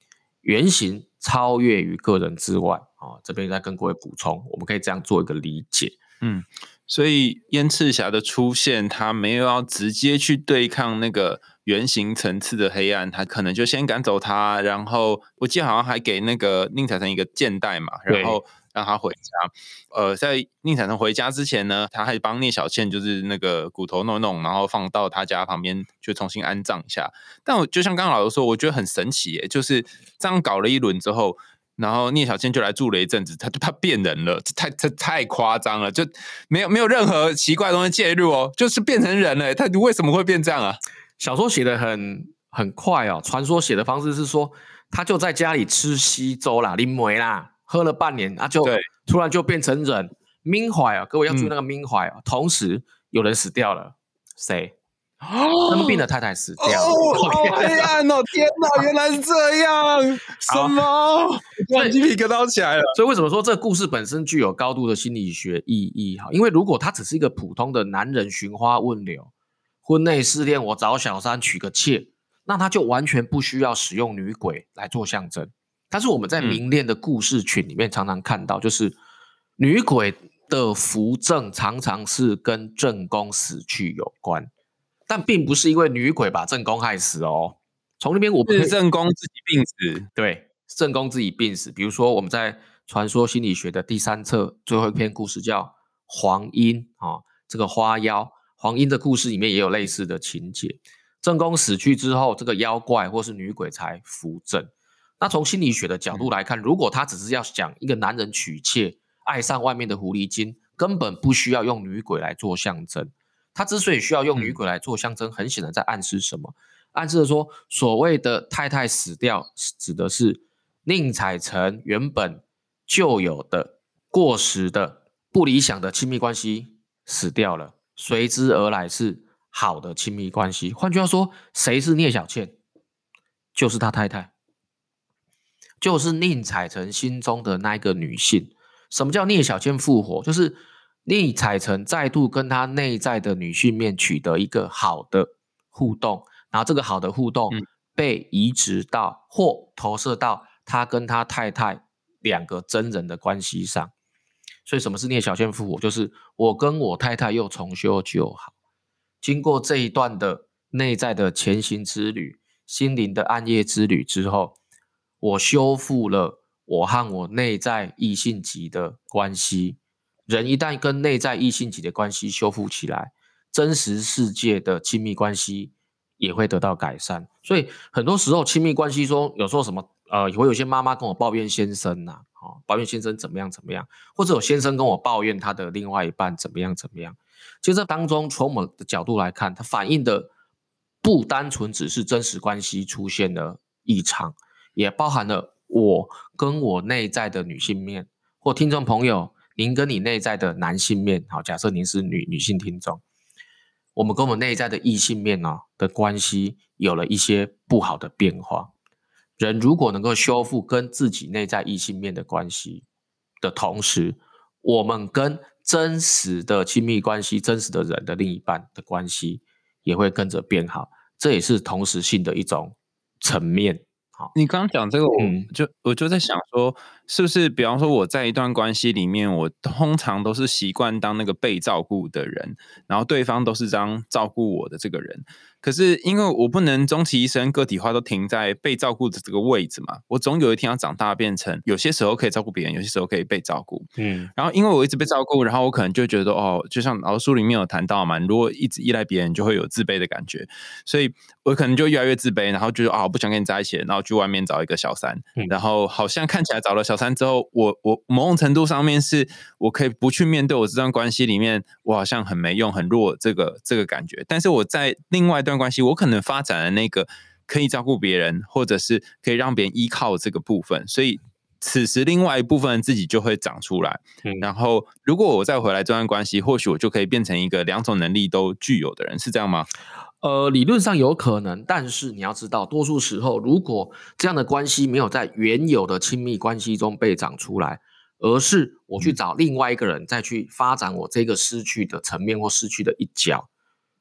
原型超越于个人之外。这边再跟各位补充，我们可以这样做一个理解。 所以燕赤霞的出现，他没有要直接去对抗那个原型层次的黑暗，他可能就先赶走他，然后我记得好像还给那个宁采臣一个箭袋嘛，然后让他回家。在宁采臣回家之前呢，他还帮聂小倩就是那个骨头弄弄，然后放到他家旁边就重新安葬一下。但我就像刚刚老师说，我觉得很神奇耶，就是这样搞了一轮之后，然后聂小倩就来住了一阵子，他变人了，这太夸张了，就没有任何奇怪的东西介入哦，就是变成人了。他为什么会变这样啊？ 小说写的很快哦，传说写的方式是说，他就在家里吃稀粥啦、啉梅啦，喝了半年，就突然就变成人。缅怀啊，各位要注意那个缅怀啊。同时有人死掉了，谁？生病的太太死掉了。 好黑暗哦！天哪，原来是这样！什么？我鸡皮疙瘩起来了。 所以为什么说这个故事本身具有高度的心理学意义？因为如果他只是一个普通的男人寻花问柳、婚内失恋，我找小三娶个妾，那他就完全不需要使用女鬼来做象征。但是我们在明恋的故事群里面常常看到，就是女鬼的扶正常常是跟正宫死去有关。但并不是因为女鬼把正宫害死哦，从那边我们是正宫自己病死， 对，正宫自己病死。比如说我们在传说心理学的第3册最后一篇故事叫黄莺这个花妖黄莺的故事里面也有类似的情节。正宫死去之后，这个妖怪或是女鬼才扶正。那从心理学的角度来看，如果他只是要讲一个男人娶妾爱上外面的狐狸精，根本不需要用女鬼来做象征。他之所以需要用女鬼来做象征，很显然在暗示什么？暗示说，所谓的太太死掉，指的是宁采臣原本就有的过时的不理想的亲密关系死掉了，随之而来是好的亲密关系。换句话说，谁是聂小倩？就是他太太，就是宁采臣心中的那一个女性。什么叫聂小倩复活？就是宁采臣再度跟他内在的女性面取得一个好的互动，然后这个好的互动被移植到或投射到他跟他太太两个真人的关系上。所以什么是聂小倩复活？就是我跟我太太又重修旧好，经过这一段的内在的前行之旅、心灵的暗夜之旅之后，我修复了我和我内在异性级的关系。人一旦跟内在异性级的关系修复起来，真实世界的亲密关系也会得到改善。所以很多时候亲密关系中，有时候什么也会有些妈妈跟我抱怨先生抱怨先生怎么样怎么样，或者有先生跟我抱怨他的另外一半怎么样怎么样。其实这当中从我们的角度来看，它反映的不单纯只是真实关系出现了异常，也包含了我跟我内在的女性面，或听众朋友您跟你内在的男性面，好，假设您是女性听众，我们跟我们内在的异性面的关系有了一些不好的变化。人如果能够修复跟自己内在异性面的关系的同时，我们跟真实的亲密关系、真实的人的另一半的关系也会跟着变好，这也是同时性的一种层面。好， 你刚刚讲这个，我就在想说，是不是比方说我在一段关系里面，我通常都是习惯当那个被照顾的人，然后对方都是当照顾我的这个人。可是因为我不能终其一生个体化都停在被照顾的这个位置嘛，我总有一天要长大变成有些时候可以照顾别人，有些时候可以被照顾。然后因为我一直被照顾，然后我可能就觉得就像老师书里面有谈到嘛，如果一直依赖别人，就会有自卑的感觉，所以我可能就越来越自卑，然后就我不想跟你在一起，然后去外面找一个小三，然后好像看起来找了小三之后，我某种程度上面是我可以不去面对我这段关系里面我好像很没用很弱这个感觉，但是我在另外一段关系，我可能发展了那个可以照顾别人，或者是可以让别人依靠这个部分，所以此时另外一部分自己就会长出来。然后如果我再回来这段关系，或许我就可以变成一个两种能力都具有的人，是这样吗？ 理论上有可能，但是你要知道，多数时候如果这样的关系没有在原有的亲密关系中被长出来，而是我去找另外一个人再去发展我这个失去的层面或失去的一角，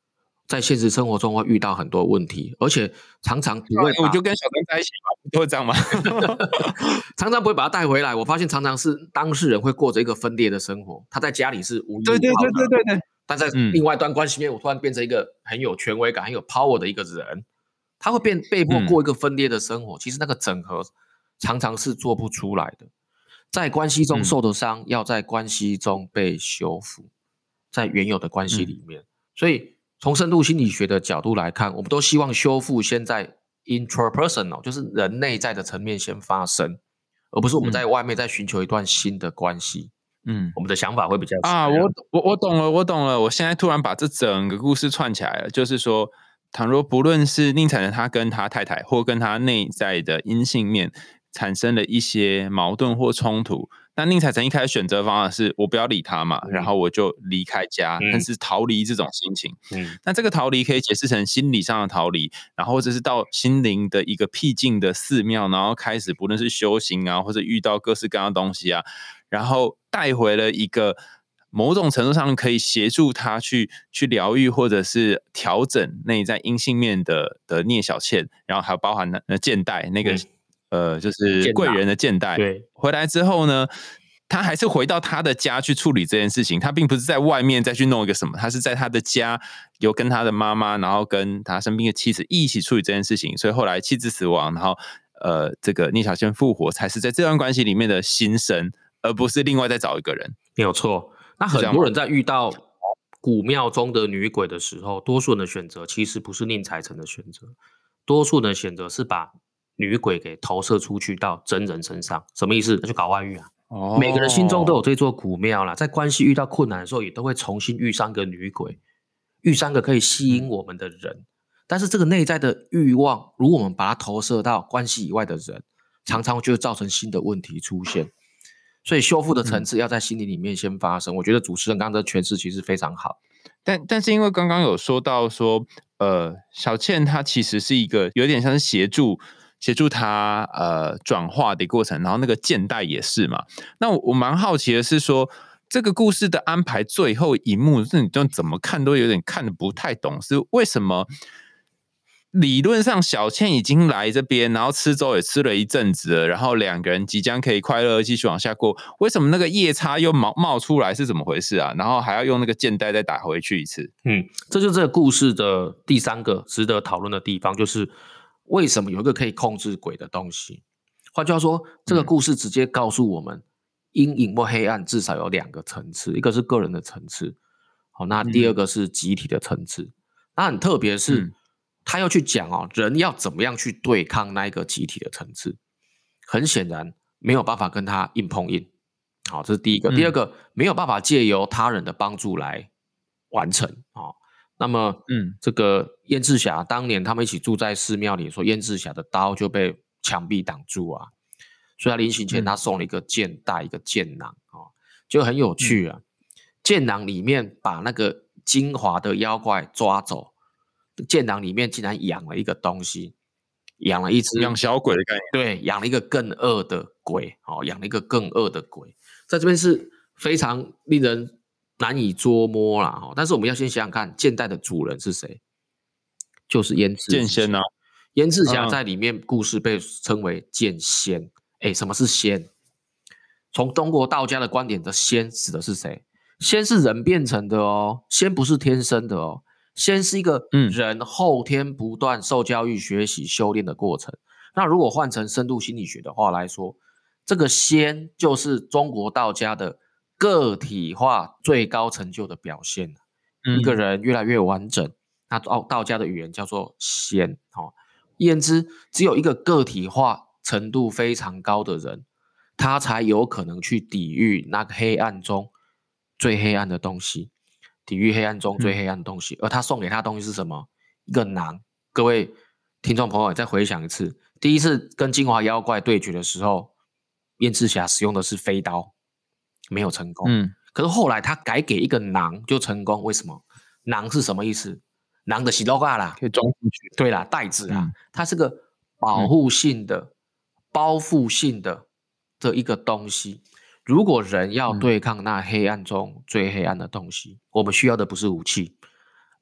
在现实生活中会遇到很多问题，而且常常不会我就跟小张在一起嘛，都会这样吗？ 常常不会把他带回来。我发现常常是当事人会过着一个分裂的生活，他在家里是无依无靠的， 对， 但在另外一段关系里面，我突然变成一个很有权威感、很有 power 的一个人，他会被迫过一个分裂的生活。其实那个整合常常是做不出来的。在关系中受的伤，要在关系中被修复，在原有的关系里面。所以从深度心理学的角度来看，我们都希望修复先在 intrapersonal， 就是人内在的层面先发生，而不是我们在外面在寻求一段新的关系。我们的想法会比较我懂了。我现在突然把这整个故事串起来了，就是说，倘若不论是宁采臣他跟他太太，或跟他内在的阴性面产生了一些矛盾或冲突，那宁采臣一开始选择方法是我不要理他嘛，然后我就离开家，但是逃离这种心情。那这个逃离可以解释成心理上的逃离，然后或者是到心灵的一个僻静的寺庙，然后开始不论是修行啊，或者遇到各式各样的东西啊，然后带回了一个某种程度上可以协助他去疗愈或者是调整内在阴性面的聂小倩，然后还有包含剑带那个就是贵人的剑带。 对， 回来之后呢，他还是回到他的家去处理这件事情，他并不是在外面再去弄一个什么，他是在他的家有跟他的妈妈，然后跟他生病的妻子一起处理这件事情，所以后来妻子死亡，然后这个聂小倩复活，才是在这段关系里面的新生，而不是另外再找一个人。 没有错。那很多人在遇到古庙中的女鬼的时候，多数人的选择其实不是宁采臣的选择，多数人的选择是把女鬼给投射出去到真人身上。什么意思？那就搞外遇啊。每个人心中都有这座古庙啦，在关系遇到困难的时候，也都会重新遇上一个女鬼，遇上一个可以吸引我们的人。但是这个内在的欲望，如果我们把它投射到关系以外的人，常常就会造成新的问题出现。所以修复的层次要在心理里面先发生。我觉得主持人刚刚的诠释其实非常好。 但是因为刚刚有说到说，小倩她其实是一个有点像是协助他转化的过程，然后那个剑带也是嘛。那我蛮好奇的是说，这个故事的安排最后一幕，是你就怎么看都有点看得不太懂，是为什么？理论上小倩已经来这边，然后吃粥也吃了一阵子了，然后两个人即将可以快乐继续往下过，为什么那个夜叉又冒出来是怎么回事啊？然后还要用那个剑带再打回去一次。 这就是这个故事的第三个值得讨论的地方，就是为什么有一个可以控制鬼的东西。换句话说，这个故事直接告诉我们，阴影或黑暗至少有两个层次，一个是个人的层次，好，那第二个是集体的层次。那很特别的是，他要去讲人要怎么样去对抗那一个集体的层次。很显然没有办法跟他硬碰硬，好，这是第一个。第二个，没有办法借由他人的帮助来完成。那么这个燕赤霞当年他们一起住在寺庙里，说燕赤霞的刀就被墙壁挡住啊，所以他临行前他送了一个剑带，一个剑囊，就很有趣啊。剑囊里面把那个精华的妖怪抓走，剑囊里面竟然养了一个东西，养了一只养小鬼的概念。 对，养了一个更恶的鬼，养了一个更恶的鬼，在这边是非常令人难以捉摸啦。但是我们要先想想看，剑带的主人是谁？就是燕赤霞。 剑仙啊， 燕赤霞在里面故事被称为剑仙。什么是仙？从中国道家的观点的仙指的是谁？仙是人变成的哦，仙不是天生的哦。仙是一个人后天不断受教育、学习、修炼的过程。那如果换成深度心理学的话来说，这个仙就是中国道家的个体化最高成就的表现。一个人越来越完整，那道家的语言叫做仙。言之，只有一个个体化程度非常高的人，他才有可能去抵御那个黑暗中最黑暗的东西。抵御黑暗中最黑暗的东西，而他送给他的东西是什么？一个囊。各位听众朋友再回想一次，第一次跟精华妖怪对决的时候，燕赤霞使用的是飞刀，没有成功。可是后来他改给一个囊就成功，为什么？囊是什么意思？囊的是肉啊啦， 可以装进去。 对啦，袋子啦，它是个保护性的、包覆性的这一个东西。如果人要对抗那黑暗中最黑暗的东西，我们需要的不是武器，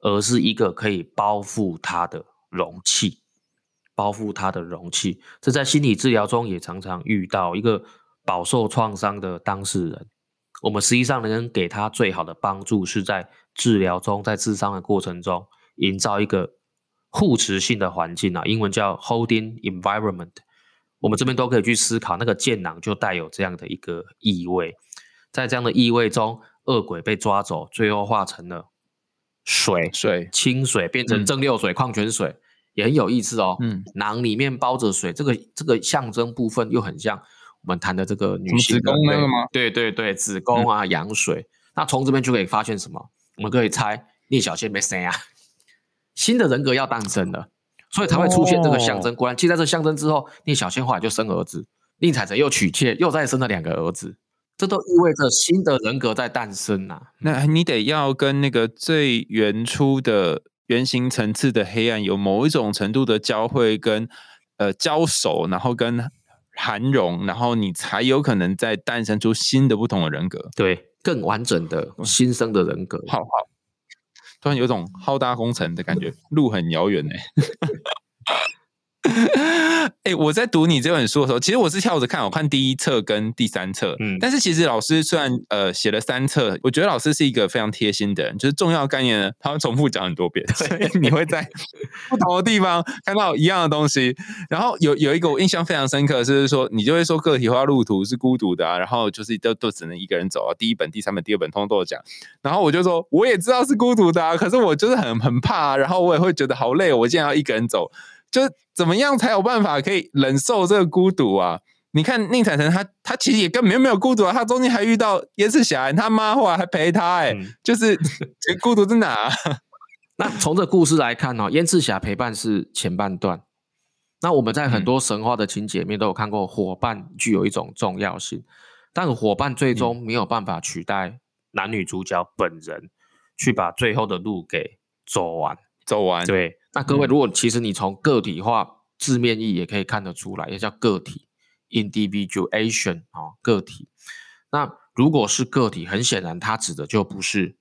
而是一个可以包覆他的容器。包覆他的容器，这在心理治疗中也常常遇到一个饱受创伤的当事人。我们实际上能给他最好的帮助，是在治疗中，在治伤的过程中，营造一个互持性的环境啊，英文叫 holding environment。我们这边都可以去思考，那个箭囊就带有这样的一个意味。在这样的意味中，恶鬼被抓走，最后化成了水，清水变成蒸馏水、矿泉水。也很有意思哦，囊里面包着水，这个象征部分又很像我们谈的这个女性子宫那个吗？ 对对对，子宫啊，羊水。那从这边就可以发现什么？我们可以猜聂小倩没生啊，新的人格要诞生了，所以才会出现这个象征。果然，其实在这象征之后，聂小倩后来就生儿子，宁采臣又娶妾，又再生了2个儿子，这都意味着新的人格在诞生啊。 那你得要跟那个最原初的原型层次的黑暗有某一种程度的交汇跟交手，然后跟含融，然后你才有可能再诞生出新的不同的人格， 对，更完整的新生的人格。 好，突然有种浩大工程的感觉，路很遥远欸。我在读你这本书的时候，其实我是跳着看，我看第1册跟第3册，但是其实老师虽然写了3册，我觉得老师是一个非常贴心的人，就是重要概念呢，他会重复讲很多遍，所以你会在不同的地方看到一样的东西。然后有一个我印象非常深刻的是说，你就会说个体化路途是孤独的啊，然后就是都只能一个人走啊，第1本、第3本、第2本通通都有讲。然后我就说，我也知道是孤独的啊，可是我就是很怕啊，然后我也会觉得好累，我竟然要一个人走。就怎么样才有办法可以忍受这个孤独啊？你看宁采臣他其实也根本没有孤独啊，他中间还遇到燕赤霞，他妈后来还陪他，就是孤独在哪啊？ 那从这故事来看哦，燕赤霞陪伴是前半段。那我们在很多神话的情节里面都有看过，伙伴具有一种重要性，但伙伴最终没有办法取代男女主角本人，去把最后的路给走完。对，那各位，如果其实你从个体化字面意也可以看得出来，也叫个体 individuation 个体。那如果是个体，很显然它指的就不是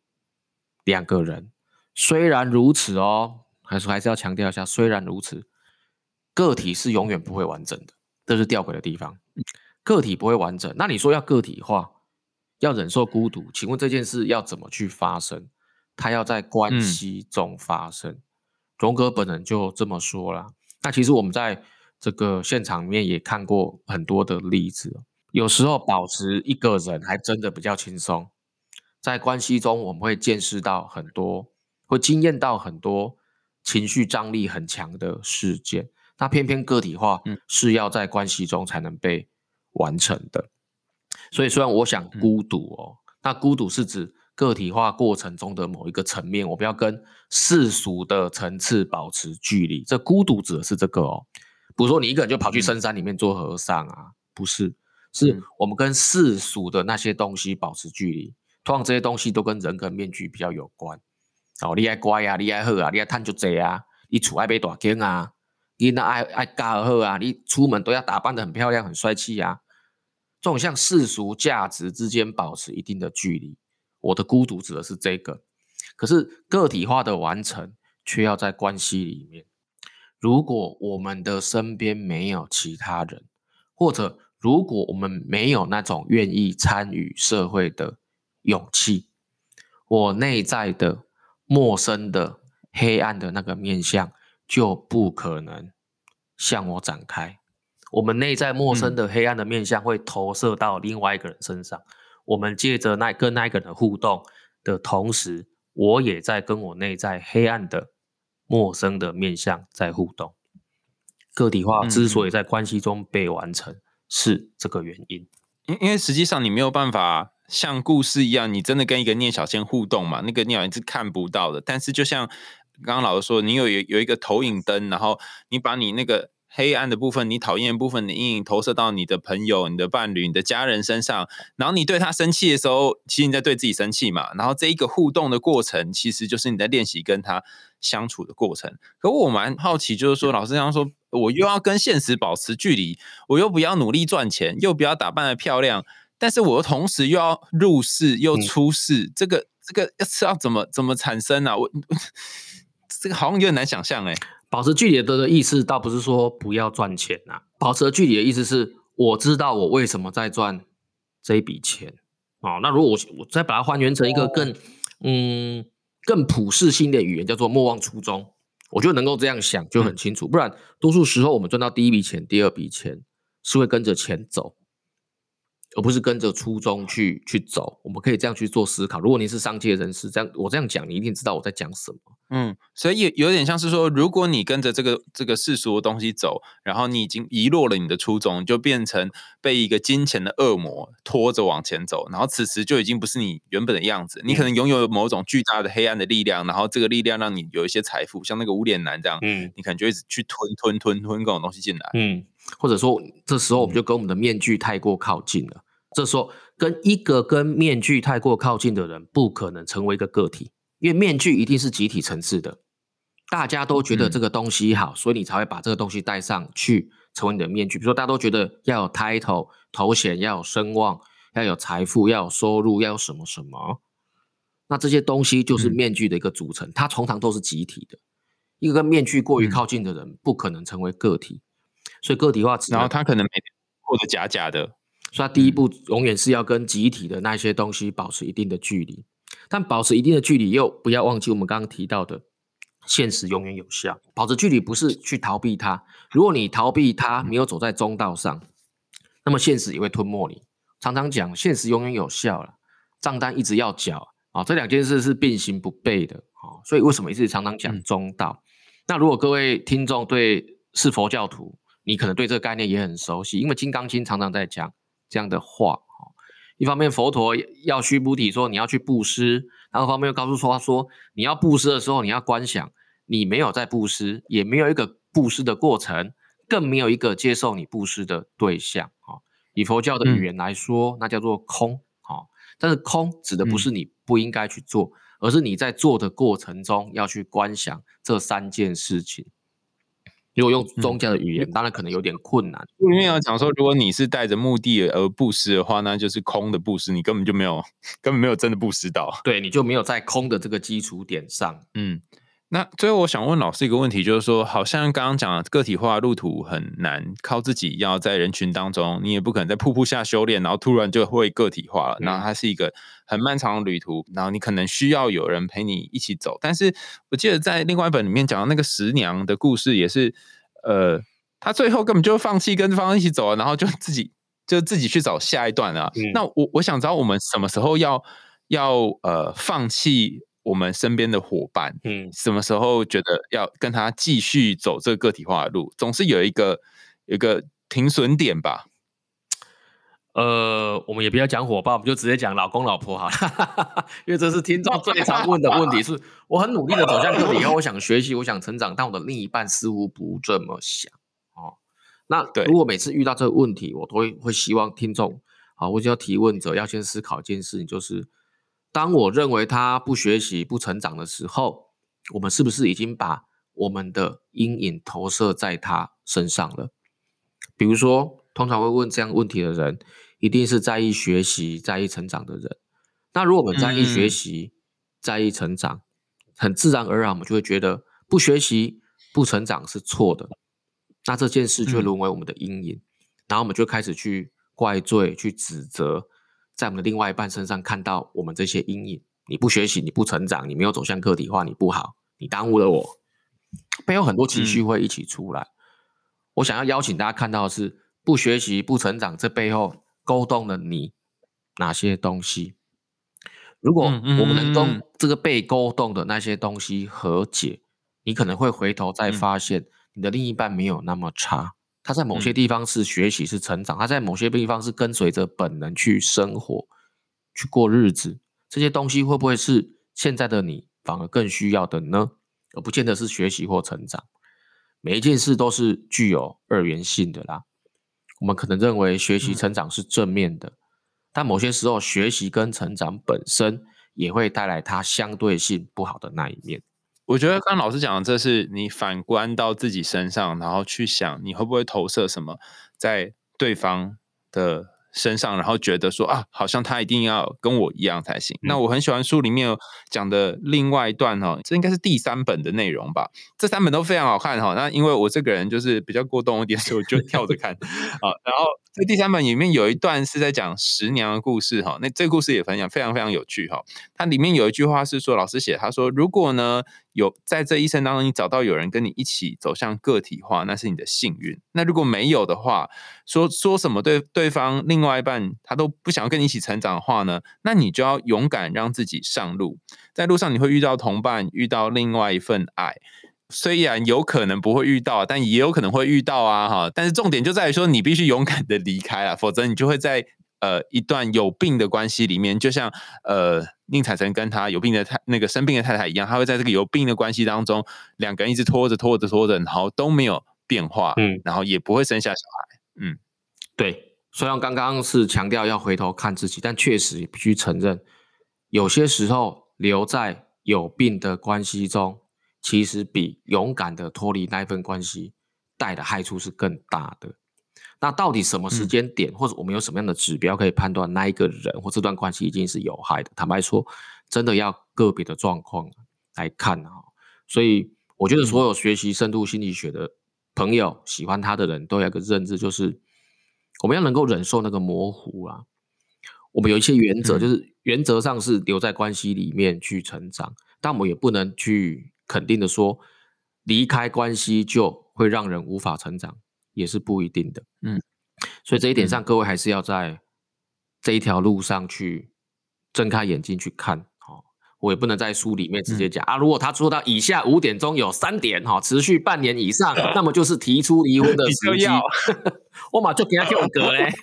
2个人。虽然如此哦，还是要强调一下，虽然如此，个体是永远不会完整的，这是吊诡的地方。个体不会完整，那你说要个体化，要忍受孤独，请问这件事要怎么去发生？它要在关系中发生。荣格本人就这么说啦。那其实我们在这个现场里面也看过很多的例子，有时候保持一个人还真的比较轻松。在关系中我们会见识到很多，会经验到很多情绪张力很强的事件，那偏偏个体化是要在关系中才能被完成的。所以虽然我想孤独那孤独是指个体化过程中的某一个层面，我们要跟世俗的层次保持距离，这孤独指的是这个比如说你一个人就跑去深山里面做和尚啊，不是，是我们跟世俗的那些东西保持距离。通常这些东西都跟人格面具比较有关你爱乖啊，你爱好啊，你爱赚很多啊，你厝爱买大间啊，你那爱教好啊，你出门都要打扮得很漂亮很帅气啊，这种像世俗价值之间保持一定的距离。我的孤独指的是这个，可是个体化的完成却要在关系里面。如果我们的身边没有其他人，或者如果我们没有那种愿意参与社会的勇气，我内在的陌生的黑暗的那个面向就不可能向我展开。我们内在陌生的黑暗的面向会投射到另外一个人身上，我们借着跟那个人的互动的同时，我也在跟我内在黑暗的陌生的面向在互动。个体化之所以在关系中被完成，是这个原因。 因为实际上你没有办法像故事一样，你真的跟一个聂小倩互动嘛，那个聂小倩是看不到的。但是就像刚刚老师说，你有一个投影灯，然后你把你那个黑暗的部分，你讨厌的部分的阴影投射到你的朋友、你的伴侣、你的家人身上，然后你对他生气的时候，其实你在对自己生气嘛。然后这一个互动的过程，其实就是你在练习跟他相处的过程。可我蛮好奇，就是说老师这样说，我又要跟现实保持距离，我又不要努力赚钱，又不要打扮得漂亮，但是我同时又要入世又出世，这个这个要怎么产生啊？这个好像有点难想象哎。 保持距离的意思倒不是说不要赚钱啊，保持距离的意思是我知道我为什么在赚这一笔钱。那如果我再把它还原成一个更普世性的语言，叫做莫忘初衷，我就能够这样想就很清楚。不然多数时候我们赚到第一笔钱、第二笔钱是会跟着钱走，而不是跟着初衷去走。我们可以这样去做思考。如果你是商界人士，我这样讲，你一定知道我在讲什么。 所以有点像是说，如果你跟着这个世俗的东西走，然后你已经遗落了你的初衷，就变成被一个金钱的恶魔拖着往前走，然后此时就已经不是你原本的样子。你可能拥有某种巨大的黑暗的力量，然后这个力量让你有一些财富，像那个无脸男这样，你可能就一直去吞各种东西进来。 或者说这时候我们就跟我们的面具太过靠近了。这时候跟面具太过靠近的人不可能成为一个个体，因为面具一定是集体层次的，大家都觉得这个东西好，所以你才会把这个东西带上去成为你的面具。比如说大家都觉得要有 title 头衔，要有声望，要有财富，要有收入，要有什么什么，那这些东西就是面具的一个组成，它通常都是集体的。一个跟面具过于靠近的人不可能成为个体，所以个体化然后他可能每天过得假的， 所以他第一步永远是要跟集体的那些东西保持一定的距离，但保持一定的距离又不要忘记我们刚刚提到的现实永远有效。保持距离不是去逃避它，如果你逃避它，没有走在中道上，那么现实也会吞没你。常常讲现实永远有效了，账单一直要缴这两件事是并行不悖的所以为什么一直常常讲中道？那如果各位听众是佛教徒，你可能对这个概念也很熟悉，因为《金刚经》常常在讲这样的话。一方面佛陀要须菩提说你要去布施，然后一方面又告诉他说你要布施的时候你要观想你没有在布施，也没有一个布施的过程，更没有一个接受你布施的对象。以佛教的语言来说，那叫做空。但是空指的不是你不应该去做，而是你在做的过程中要去观想这三件事情。如果用宗教的语言，当然可能有点困难。 里面有讲说，如果你是带着目的而布施的话，那就是空的布施，你根本没有真的布施到。 对，你就没有在空的这个基础点上。 那最后我想问老师一个问题，就是说，好像刚刚讲的个体化路途很难，靠自己要在人群当中，你也不可能在瀑布下修炼，然后突然就会个体化了。然后它是一个很漫长的旅途，然后你可能需要有人陪你一起走。但是我记得在另外一本里面讲到那个十娘的故事，也是他最后根本就放弃跟方一起走了，然后就自己去找下一段了。那我想知道我们什么时候要放弃我们身边的伙伴，什么时候觉得要跟他继续走这个个体化的路，总是有一个停损点吧。 我们也不要讲伙伴，我们就直接讲老公老婆好了，因为这是听众最常问的问题。是我很努力的走向个体以后，我想学习，我想成长，但我的另一半似乎不这么想。那如果每次遇到这个问题，我都会希望听众或者提问者要先思考一件事情，就是当我认为他不学习不成长的时候，我们是不是已经把我们的阴影投射在他身上了？比如说通常会问这样问题的人，一定是在意学习在意成长的人。那如果我们在意学习在意成长，很自然而然我们就会觉得不学习不成长是错的，那这件事就会沦为我们的阴影，然后我们就开始去怪罪去指责，在我们的另外一半身上看到我们这些阴影。你不学习你不成长，你没有走向个体化，你不好，你耽误了我，背后很多情绪会一起出来。我想要邀请大家看到的是，不学习不成长，这背后勾动了你哪些东西。如果我们能跟这个被勾动的那些东西和解，你可能会回头再发现你的另一半没有那么差，他在某些地方是学习是成长，他在某些地方是跟随着本能去生活去过日子。这些东西会不会是现在的你反而更需要的呢？而不见得是学习或成长。每一件事都是具有二元性的啦。我们可能认为学习成长是正面的，但某些时候学习跟成长本身也会带来它相对性不好的那一面。 我觉得刚刚老师讲的，这是你反观到自己身上，然后去想你会不会投射什么在对方的身上，然后觉得说啊，好像他一定要跟我一样才行。那我很喜欢书里面讲的另外一段这应该是第3本的内容吧。这3本都非常好看那因为我这个人就是比较过动一点，所以我就跳着看然后这第3本里面有一段是在讲十娘的故事那这个故事也分享非常非常有趣它里面有一句话是说，老师写他说，如果呢有在这一生当中你找到有人跟你一起走向个体化，那是你的幸运。那如果没有的话，说什么对方另外一半他都不想要跟你一起成长的话呢，那你就要勇敢让自己上路。在路上你会遇到同伴，遇到另外一份爱，虽然有可能不会遇到，但也有可能会遇到但是重点就在于说你必须勇敢的离开否则你就会在一段有病的关系里面，就像宁采臣跟他有病的那个生病的太太一样，他会在这个有病的关系当中，两个人一直拖着，然后都没有变化，然后也不会生下小孩。 对，虽然刚刚是强调要回头看自己，但确实必须承认，有些时候留在有病的关系中，其实比勇敢的脱离那份关系带的害处是更大的。那到底什么时间点，或者我们有什么样的指标可以判断那一个人或这段关系已经是有害的？坦白说，真的要个别的状况来看所以我觉得所有学习深度心理学的朋友，喜欢他的人都有一个认知，就是我们要能够忍受那个模糊我们有一些原则，就是原则上是留在关系里面去成长，但我们也不能去肯定的说，离开关系就会让人无法成长，也是不一定的。所以这一点上，各位还是要在这一条路上去睁开眼睛去看我也不能在书里面直接讲如果他做到以下5点中有3点持续半年以上，那么就是提出离婚的时机。我马就给他用格嘞。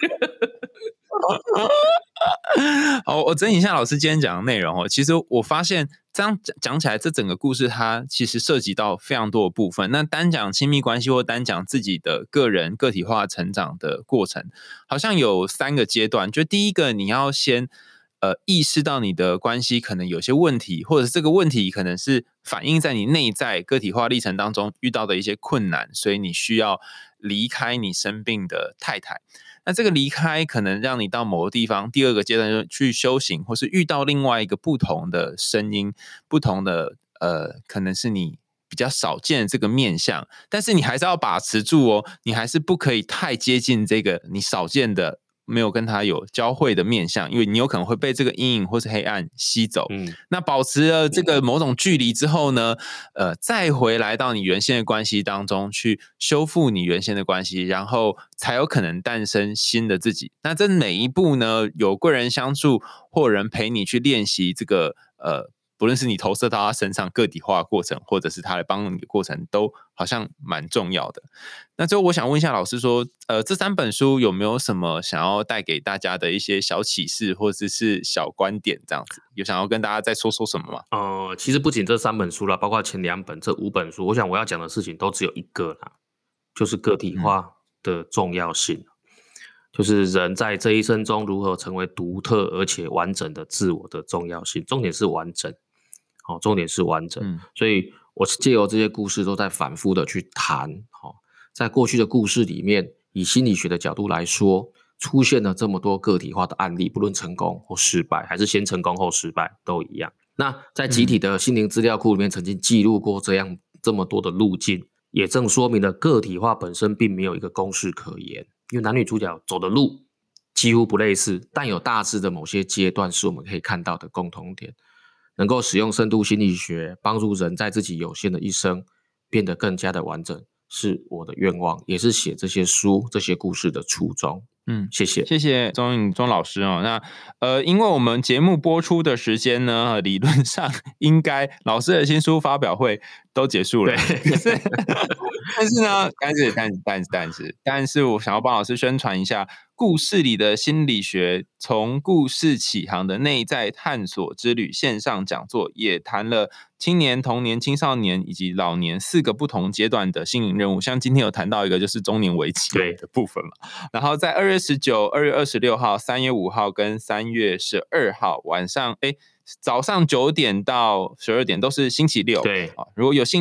好，我整理一下老师今天讲的内容其实我发现这样讲起来，这整个故事它其实涉及到非常多的部分。那单讲亲密关系或单讲自己的个人个体化成长的过程，好像有3个阶段。就第一个，你要先意识到你的关系可能有些问题，或者是这个问题可能是反映在你内在个体化历程当中遇到的一些困难，所以你需要离开你生病的太太。那这个离开可能让你到某个地方，第2个阶段就去修行，或是遇到另外一个不同的声音，不同的可能是你比较少见的这个面向，但是你还是要把持住你还是不可以太接近这个你少见的没有跟他有交汇的面向，因为你有可能会被这个阴影或是黑暗吸走。那保持了这个某种距离之后呢，再回来到你原先的关系当中去修复你原先的关系，然后才有可能诞生新的自己。那这每一步呢，有贵人相助或有人陪你去练习这个不论是你投射到他身上个体化的过程，或者是他来帮你的过程，都好像蛮重要的。那最后我想问一下老师说，这3本书有没有什么想要带给大家的一些小启示，或者是小观点这样子？有想要跟大家再说什么吗？ 其实不仅这3本书啦，包括前2本这5本书，我想我要讲的事情都只有一个啦，就是个体化的重要性。就是人在这一生中如何成为独特而且完整的自我的重要性，重点是完整。重点是完整。所以我借由这些故事都在反复的去谈在过去的故事里面，以心理学的角度来说，出现了这么多个体化的案例，不论成功或失败，还是先成功后失败都一样。那在集体的心灵资料库里面曾经记录过这么多的路径，也正说明了个体化本身并没有一个公式可言，因为男女主角走的路几乎不类似，但有大致的某些阶段是我们可以看到的共同点。能够使用深度心理学帮助人在自己有限的一生变得更加的完整，是我的愿望，也是写这些书这些故事的初衷。谢谢钟老师那因为我们节目播出的时间呢，理论上应该老师的新书发表会都结束了，但是呢，但是我想要帮老师宣传一下故事里的心理学从故事起航的内在探索之旅线上讲座，也谈了青年、童年、青少年以及老年4个不同阶段的心灵任务，像今天有谈到一个就是中年危机的部分嘛。然后在2月19、2月26号、3月5号跟3月12号晚上早上9点到12点都是星期六。 对， 如果有兴趣的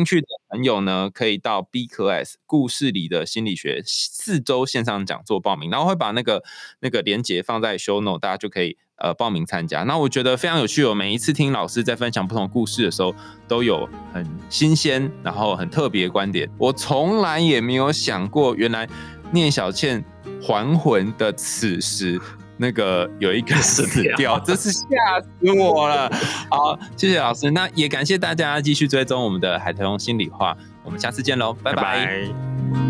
朋友呢，可以到 BClass 故事里的心理学4周线上讲座报名，然后会把那个连结放在 show note， 大家就可以报名参加。那我觉得非常有趣哦，每一次听老师在分享不同故事的时候，都有很新鲜然后很特别的观点。我从来也没有想过，原来聂小倩还魂的此时。那个有一个死掉，真是吓死我了。好，谢谢老师，那也感谢大家继续追踪我们的海豚心里话，我们下次见喽，拜拜。